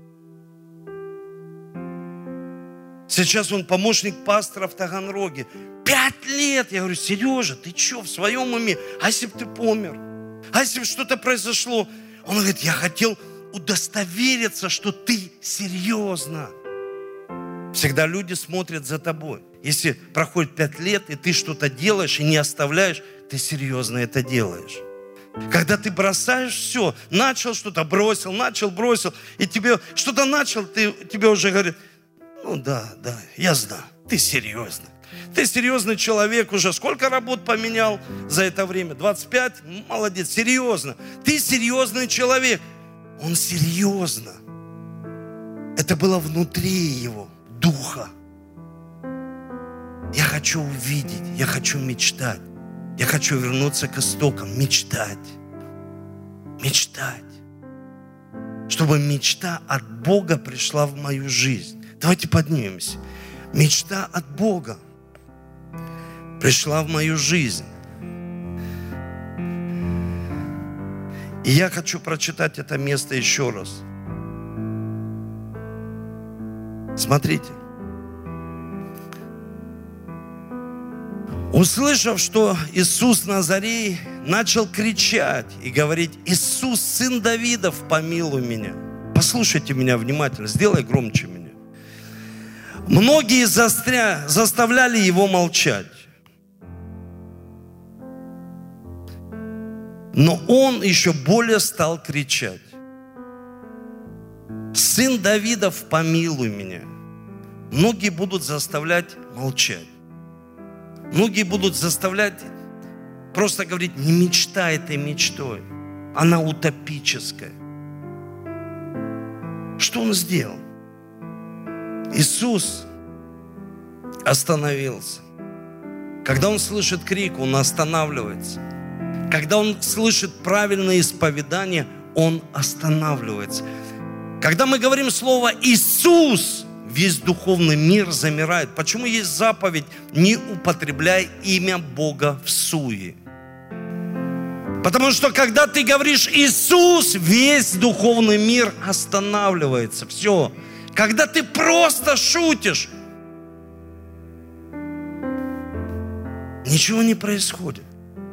Сейчас он помощник пастора в Таганроге. Пять лет. Я говорю, Сережа, ты что, в своем уме? А если бы ты помер? А если бы что-то произошло? Он говорит, я хотел удостовериться, что ты серьезно. Всегда люди смотрят за тобой. Если проходит пять лет, и ты что-то делаешь и не оставляешь, ты серьезно это делаешь. Когда ты бросаешь все, начал что-то, бросил, начал, бросил, и тебе что-то начал, ты, тебе уже говорят, ну да, да, я знаю, ты серьезно. Ты серьезный человек уже. Сколько работ поменял за это время? двадцать пять? Молодец, серьезно. Ты серьезный человек. Он серьезно. Это было внутри его духа. Я хочу увидеть, я хочу мечтать. Я хочу вернуться к истокам, мечтать. Мечтать. Чтобы мечта от Бога пришла в мою жизнь. Давайте поднимемся. Мечта от Бога пришла в мою жизнь. И я хочу прочитать это место еще раз. Смотрите. Услышав, что Иисус Назарей, начал кричать и говорить: Иисус, сын Давидов, помилуй меня. Послушайте меня внимательно, сделай громче меня. Многие застря... заставляли его молчать. Но он еще более стал кричать: сын Давидов, помилуй меня. Многие будут заставлять молчать. Многие будут заставлять просто говорить: не мечтай этой мечтой. Она утопическая. Что он сделал? Иисус остановился. Когда он слышит крик, он останавливается. Когда он слышит правильное исповедание, он останавливается. Когда мы говорим слово «Иисус», весь духовный мир замирает. Почему есть заповедь: не употребляй имя Бога всуе? Потому что когда ты говоришь «Иисус», весь духовный мир останавливается. Все. Когда ты просто шутишь, ничего не происходит.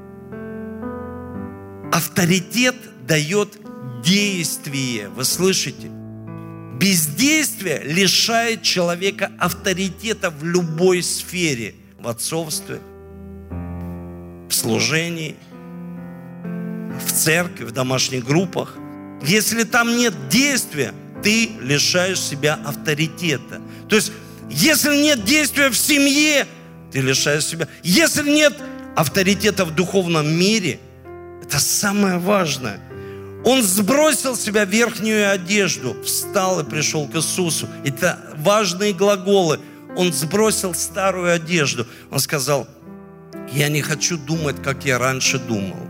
Авторитет дает действие. Вы слышите? Бездействие лишает человека авторитета в любой сфере. В отцовстве, в служении, в церкви, в домашних группах. Если там нет действия, ты лишаешь себя авторитета. То есть, если нет действия в семье, ты лишаешь себя. Если нет авторитета в духовном мире, это самое важное. Он сбросил с себя верхнюю одежду, встал и пришел к Иисусу. Это важные глаголы. Он сбросил старую одежду. Он сказал: я не хочу думать, как я раньше думал.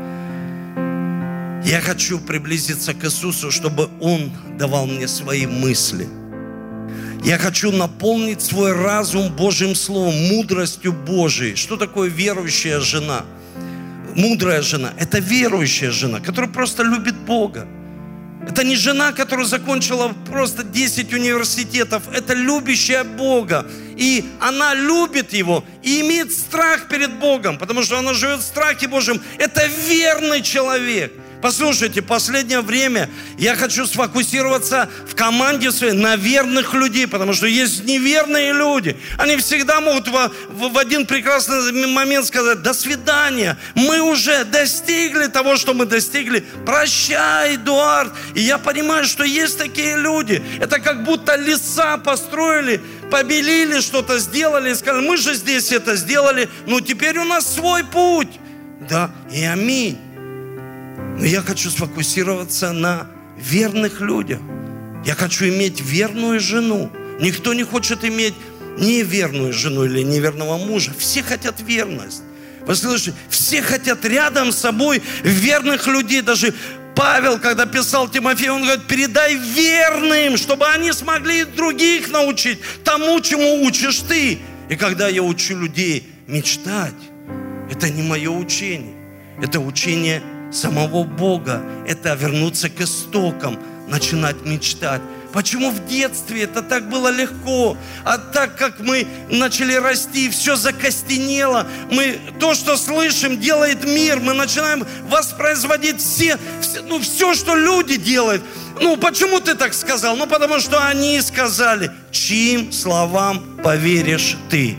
Я хочу приблизиться к Иисусу, чтобы Он давал мне свои мысли. Я хочу наполнить свой разум Божьим Словом, мудростью Божией. Что такое верующая жена? Мудрая жена – это верующая жена, которая просто любит Бога. Это не жена, которая закончила просто десять университетов. Это любящая Бога. И она любит Его и имеет страх перед Богом, потому что она живет в страхе Божьем. Это верный человек. Послушайте, в последнее время я хочу сфокусироваться в команде своей на верных людей, потому что есть неверные люди. Они всегда могут в, в, в один прекрасный момент сказать: до свидания, мы уже достигли того, что мы достигли. Прощай, Эдуард. И я понимаю, что есть такие люди. Это как будто леса построили, побелили, что-то сделали и сказали: мы же здесь это сделали, ну теперь у нас свой путь. Да, и аминь. Но я хочу сфокусироваться на верных людях. Я хочу иметь верную жену. Никто не хочет иметь неверную жену или неверного мужа. Все хотят верность. Вы слышите? Все хотят рядом с собой верных людей. Даже Павел, когда писал Тимофею, он говорит: передай верным, чтобы они смогли других научить тому, чему учишь ты. И когда я учу людей мечтать, это не мое учение. Это учение самого Бога. Это вернуться к истокам, начинать мечтать. Почему в детстве это так было легко? А так как мы начали расти, все закостенело. Мы то, что слышим, делает мир. Мы начинаем воспроизводить все, все, ну, все, что люди делают. Ну, почему ты так сказал? Ну, потому что они сказали. Чьим словам поверишь ты?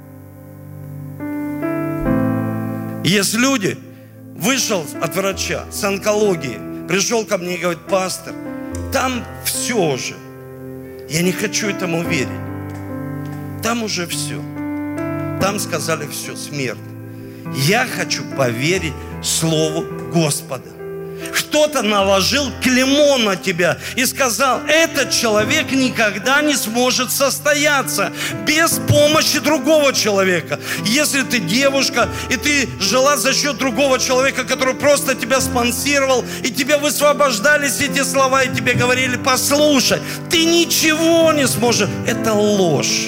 Есть люди, вышел от врача с онкологией, пришел ко мне и говорит: пастор, там все же. Я не хочу этому верить. Там уже все. Там сказали: все, смерть. Я хочу поверить Слову Господа. Кто-то наложил клеймо на тебя и сказал: этот человек никогда не сможет состояться без помощи другого человека. Если ты девушка, и ты жила за счет другого человека, который просто тебя спонсировал, и тебе высвобождались эти слова, и тебе говорили: послушай, ты ничего не сможешь. Это ложь.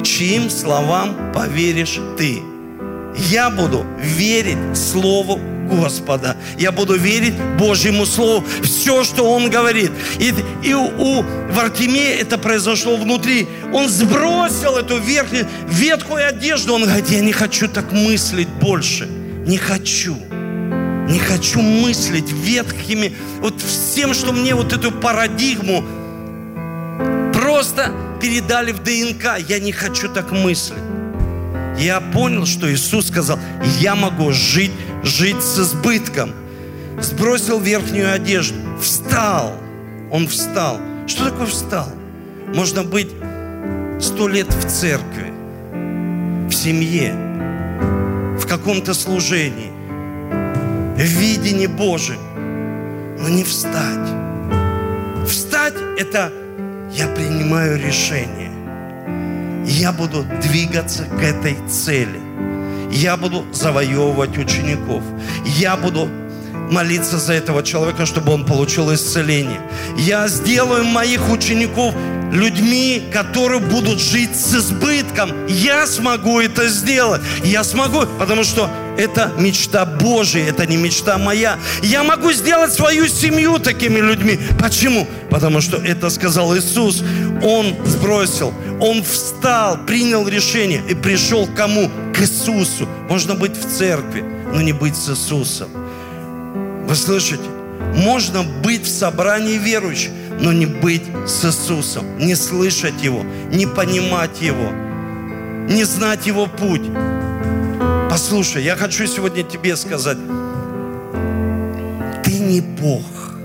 Чьим словам поверишь ты? Я буду верить Слову Господа. Я буду верить Божьему Слову, все, что Он говорит. И, и у, у Вартимея это произошло внутри. Он сбросил эту верхнюю, ветхую одежду. Он говорит, я не хочу так мыслить больше. Не хочу. Не хочу мыслить ветхими, вот всем, что мне вот эту парадигму просто передали в ДНК. Я не хочу так мыслить. Я понял, что Иисус сказал, я могу жить, жить с избытком. Сбросил верхнюю одежду, встал. Он встал. Что такое встал? Можно быть сто лет в церкви, в семье, в каком-то служении, в видении Божьем, но не встать. Встать – это я принимаю решение. Я буду двигаться к этой цели. Я буду завоевывать учеников. Я буду молиться за этого человека, чтобы он получил исцеление. Я сделаю моих учеников людьми, которые будут жить с избытком. Я смогу это сделать. Я смогу, потому что это мечта Божья, это не мечта моя. Я могу сделать свою семью такими людьми. Почему? Потому что это сказал Иисус. Он сбросил, Он встал, принял решение и пришел к кому? К Иисусу. Можно быть в церкви, но не быть с Иисусом. Вы слышите? Можно быть в собрании верующих, но не быть с Иисусом, не слышать Его, не понимать Его, не знать Его путь. Послушай, я хочу сегодня тебе сказать, ты не Бог.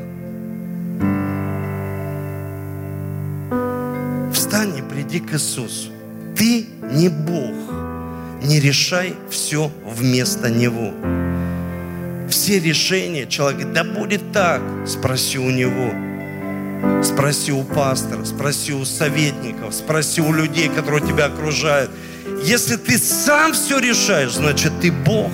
Встань и приди к Иисусу. Ты не Бог. Не решай все вместо Него. Все решения, человек говорит, да будет так. Спроси у него. Спроси у пастора, спроси у советников, спроси у людей, которые тебя окружают. Если ты сам все решаешь, значит, ты Бог.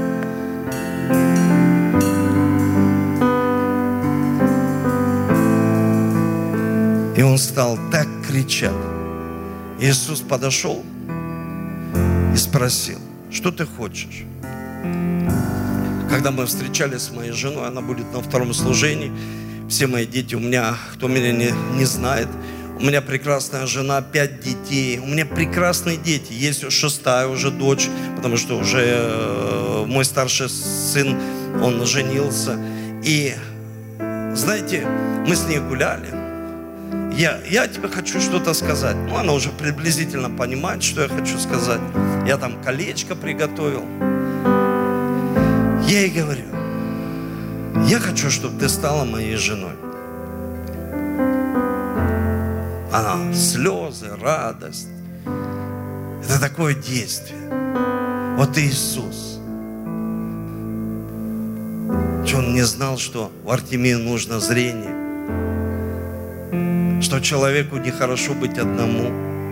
И он стал так кричать. Иисус подошел и спросил, что ты хочешь? Когда мы встречались с моей женой, она будет на втором служении. Все мои дети, у меня, кто меня не, не знает, у меня прекрасная жена, пять детей. У меня прекрасные дети. Есть шестая уже дочь, потому что уже э, мой старший сын, он женился. И, знаете, мы с ней гуляли. Я, я тебе хочу что-то сказать. Ну, она уже приблизительно понимает, что я хочу сказать. Я там колечко приготовил. Я ей говорю, я хочу, чтобы ты стала моей женой. Она, слезы, радость. Это такое действие. Вот Иисус. Что он не знал, что у Артемию нужно зрение. Что человеку нехорошо быть одному.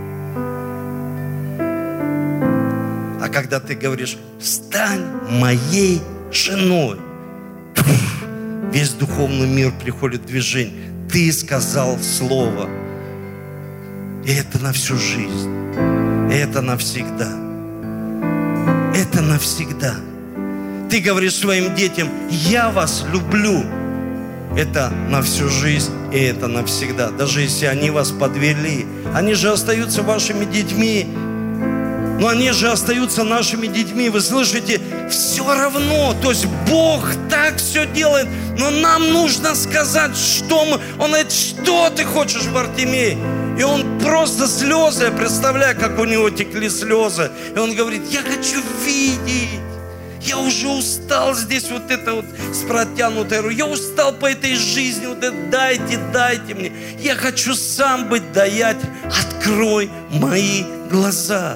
А когда ты говоришь, стань моей женой, весь духовный мир приходит в движение. Ты сказал слово. И это на всю жизнь. И это навсегда. Это навсегда. Ты говоришь своим детям, я вас люблю. Это на всю жизнь, и это навсегда. Даже если они вас подвели, они же остаются вашими детьми. Но они же остаются нашими детьми. Вы слышите? Все равно. То есть Бог так все делает. Но нам нужно сказать, что мы... Он говорит, что ты хочешь, Вартимей? И он просто слезы, я представляю, как у него текли слезы. И он говорит, я хочу видеть. Я уже устал здесь вот это вот с протянутой рукой. Я устал по этой жизни. Вот это дайте, дайте мне. Я хочу сам быть даятелем. Открой мои глаза.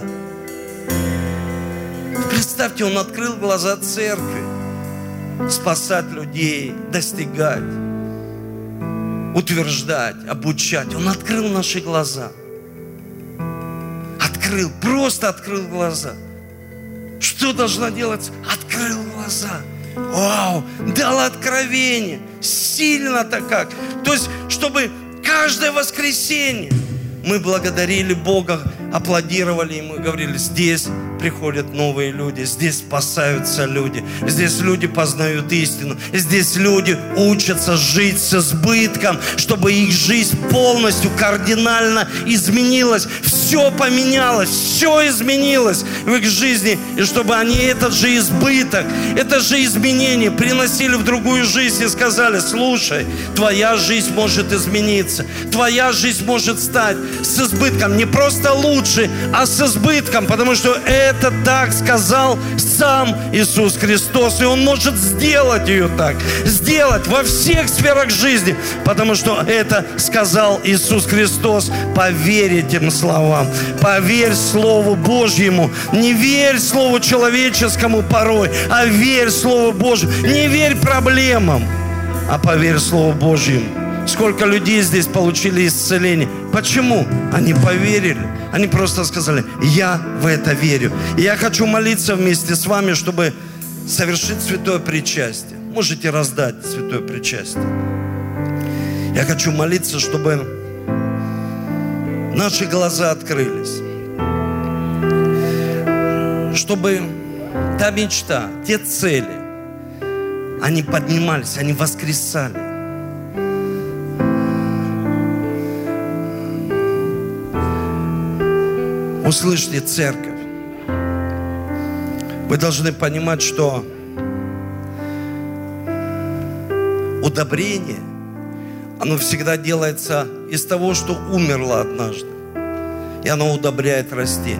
Представьте, он открыл глаза церкви. Спасать людей, достигать, утверждать, обучать. Он открыл наши глаза. Открыл, просто открыл глаза. Что должна делать? Открыл глаза. Вау, дал откровение. Сильно-то как. То есть, чтобы каждое воскресенье мы благодарили Бога аплодировали ему и говорили: здесь приходят новые люди, здесь спасаются люди, здесь люди познают истину, здесь люди учатся жить с избытком, чтобы их жизнь полностью, кардинально изменилась. Все поменялось, все изменилось в их жизни, и чтобы они этот же избыток, это же изменение приносили в другую жизнь и сказали: слушай, твоя жизнь может измениться, твоя жизнь может стать с избытком, не просто лучше, а с избытком, потому что это так сказал сам Иисус Христос, и Он может сделать ее так, сделать во всех сферах жизни, потому что это сказал Иисус Христос. Поверь этим словам, поверь Слову Божьему, не верь Слову человеческому порой, а верь Слову Божьему, не верь проблемам, а поверь Слову Божьему. Сколько людей здесь получили исцеление? Почему? Они поверили. Они просто сказали: я в это верю. И я хочу молиться вместе с вами, чтобы совершить святое причастие. Можете раздать святое причастие. Я хочу молиться, чтобы наши глаза открылись. Чтобы та мечта, те цели, они поднимались, они воскресали. Услышьте, церковь, вы должны понимать, что удобрение, оно всегда делается из того, что умерло однажды, и оно удобряет растение.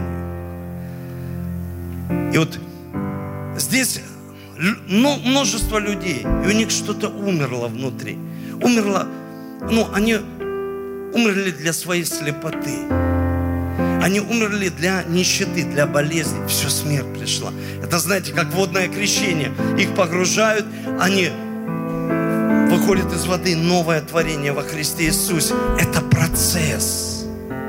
И вот здесь множество людей, и у них что-то умерло внутри. Умерло, ну, они умерли для своей слепоты. Они умерли для нищеты, для болезни. Все, смерть пришла. Это, знаете, как водное крещение. Их погружают, они выходят из воды, новое творение во Христе Иисусе. Это процесс.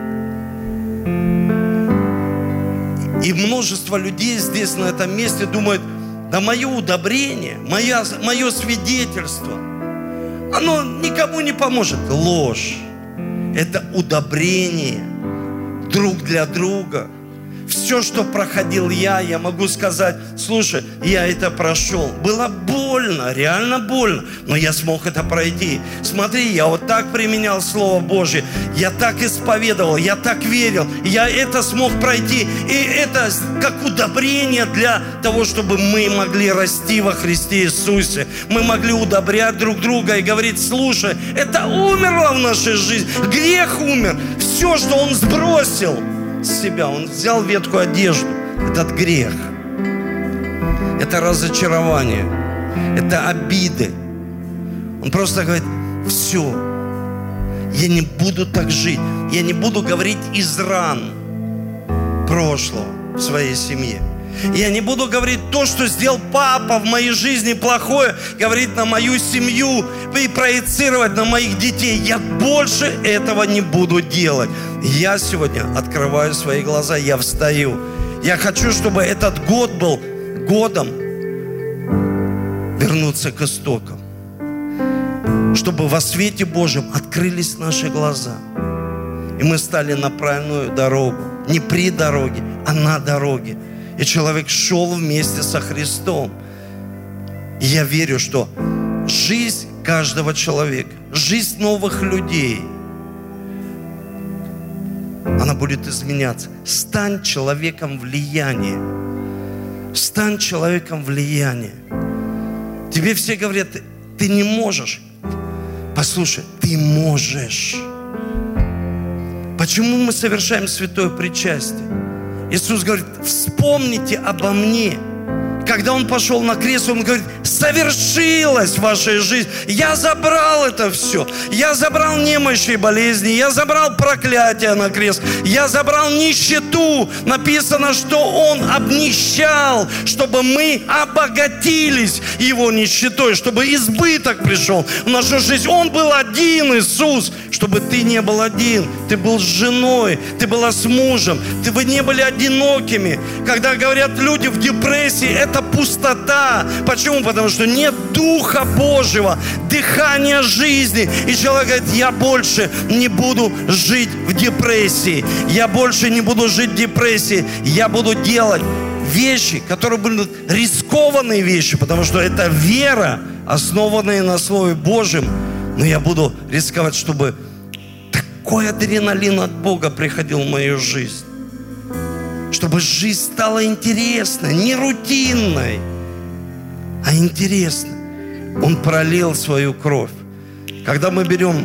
И множество людей здесь, на этом месте, думают: да мое удобрение, мое, мое свидетельство, оно никому не поможет. Ложь. Это удобрение друг для друга. Все, что проходил я, я могу сказать: слушай, я это прошел. Было больно, реально больно, но я смог это пройти. Смотри, я вот так применял Слово Божье, я так исповедовал, я так верил, я это смог пройти. И это как удобрение для того, чтобы мы могли расти во Христе Иисусе. Мы могли удобрять друг друга и говорить: слушай, это умерло в нашей жизни, грех умер. Все, что он сбросил с себя, он взял ветхую одежду, этот грех, это разочарование, это обиды. Он просто говорит: все, я не буду так жить, я не буду говорить из ран прошлого в своей семье. Я не буду говорить то, что сделал папа в моей жизни плохое, говорить на мою семью и проецировать на моих детей. Я больше этого не буду делать. Я сегодня открываю свои глаза, я встаю. Я хочу, чтобы этот год был годом вернуться к истокам. Чтобы во свете Божьем открылись наши глаза. И мы стали на правильную дорогу. Не при дороге, а на дороге. И человек шел вместе со Христом. И я верю, что жизнь каждого человека, жизнь новых людей, она будет изменяться. Стань человеком влияния. Стань человеком влияния. Тебе все говорят: ты не можешь. Послушай, ты можешь. Почему мы совершаем святое причастие? Иисус говорит: вспомните обо мне. Когда Он пошел на крест, Он говорит: совершилось в вашей жизни. Я забрал это все. Я забрал немощи и болезни. Я забрал проклятие на крест. Я забрал нищету. Написано, что Он обнищал, чтобы мы обогатились Его нищетой, чтобы избыток пришел в нашу жизнь. Он был один, Иисус, чтобы ты не был один, ты был с женой, ты была с мужем, ты, вы не были одинокими. Когда говорят люди в депрессии, это пустота. Почему? Потому что нет Духа Божьего, дыхания жизни. И человек говорит: я больше не буду жить в депрессии, я больше не буду жить в депрессии, я буду делать вещи, которые будут рискованные вещи, потому что это вера, основанная на Слове Божьем. Но я буду рисковать, чтобы такой адреналин от Бога приходил в мою жизнь, чтобы жизнь стала интересной, не рутинной, а интересной. Он пролил свою кровь. Когда мы берем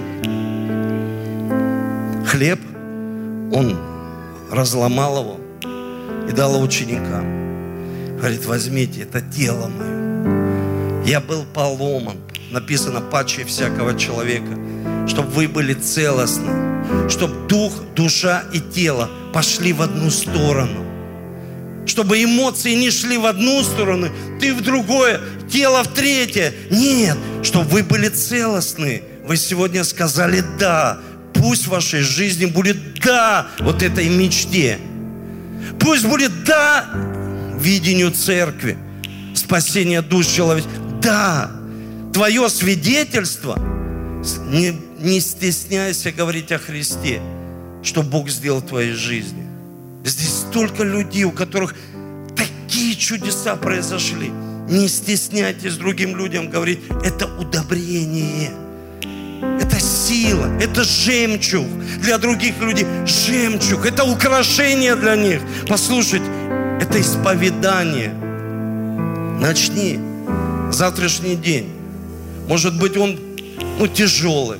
хлеб, Он разломал его и дал ученикам. Говорит: возьмите, это тело мое. Я был поломан. Написано: паче всякого человека. Чтобы вы были целостны. Чтобы дух, душа и тело пошли в одну сторону. Чтобы эмоции не шли в одну сторону, ты в другое, тело в третье. Нет, чтобы вы были целостны. Вы сегодня сказали «да». Пусть в вашей жизни будет «да» вот этой мечте. Пусть будет «да» видению церкви, спасение душ человека. Да, твое свидетельство, не, не стесняйся говорить о Христе, что Бог сделал в твоей жизни. Здесь столько людей, у которых такие чудеса произошли. Не стесняйтесь другим людям говорить: это удобрение, это сила, это жемчуг для других людей. Жемчуг, это украшение для них. Послушайте, это исповедание. Начни завтрашний день. Может быть, он ну, тяжелый.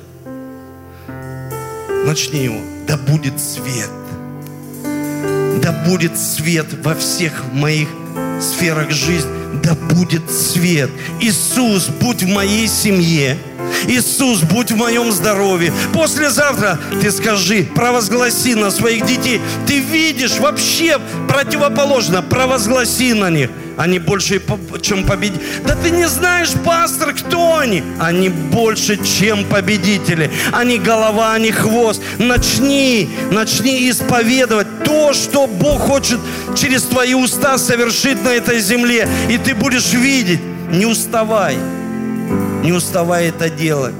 Начни его. Да будет свет. Да будет свет во всех моих сферах жизни. Да будет свет. Иисус, будь в моей семье. Иисус, будь в моем здоровье. Послезавтра ты скажи, провозгласи на своих детей. Ты видишь вообще противоположно. Провозгласи на них. Они больше, чем победители. Да ты не знаешь, пастор, кто они? Они больше, чем победители. Они голова, они хвост. Начни, начни исповедовать то, что Бог хочет через твои уста совершить на этой земле. И ты будешь видеть. Не уставай. Не уставай это делать.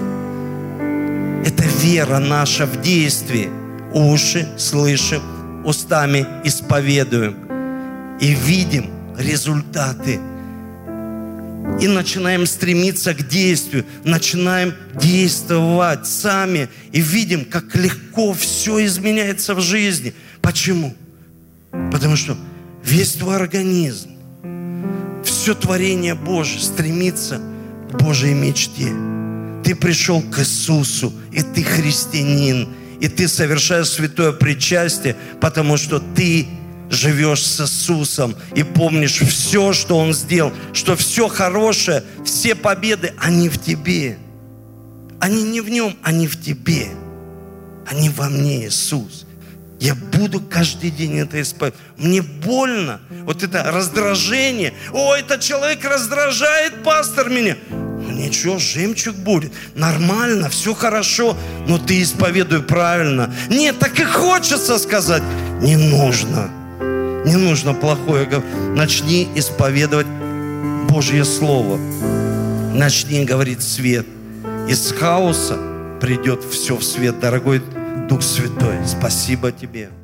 Это вера наша в действии. Уши слышим, устами исповедуем. И видим результаты. И начинаем стремиться к действию. Начинаем действовать сами. И видим, как легко все изменяется в жизни. Почему? Потому что весь твой организм, все творение Божие стремится к Божьей мечте. Ты пришел к Иисусу, и ты христианин. И ты совершаешь святое причастие, потому что ты живешь с Иисусом и помнишь все, что Он сделал, что все хорошее, все победы, они в тебе. Они не в Нем, они в тебе. Они во мне, Иисус. Я буду каждый день это исповедовать. Мне больно. Вот это раздражение. О, этот человек раздражает, пастор, меня. Ну ничего, жемчуг будет. Нормально, все хорошо. Но ты исповедуй правильно. Нет, так и хочется сказать. Не нужно. Не нужно плохое говорить. Начни исповедовать Божье Слово. Начни говорить свет. Из хаоса придет все в свет. Дорогой Дух Святой, спасибо Тебе.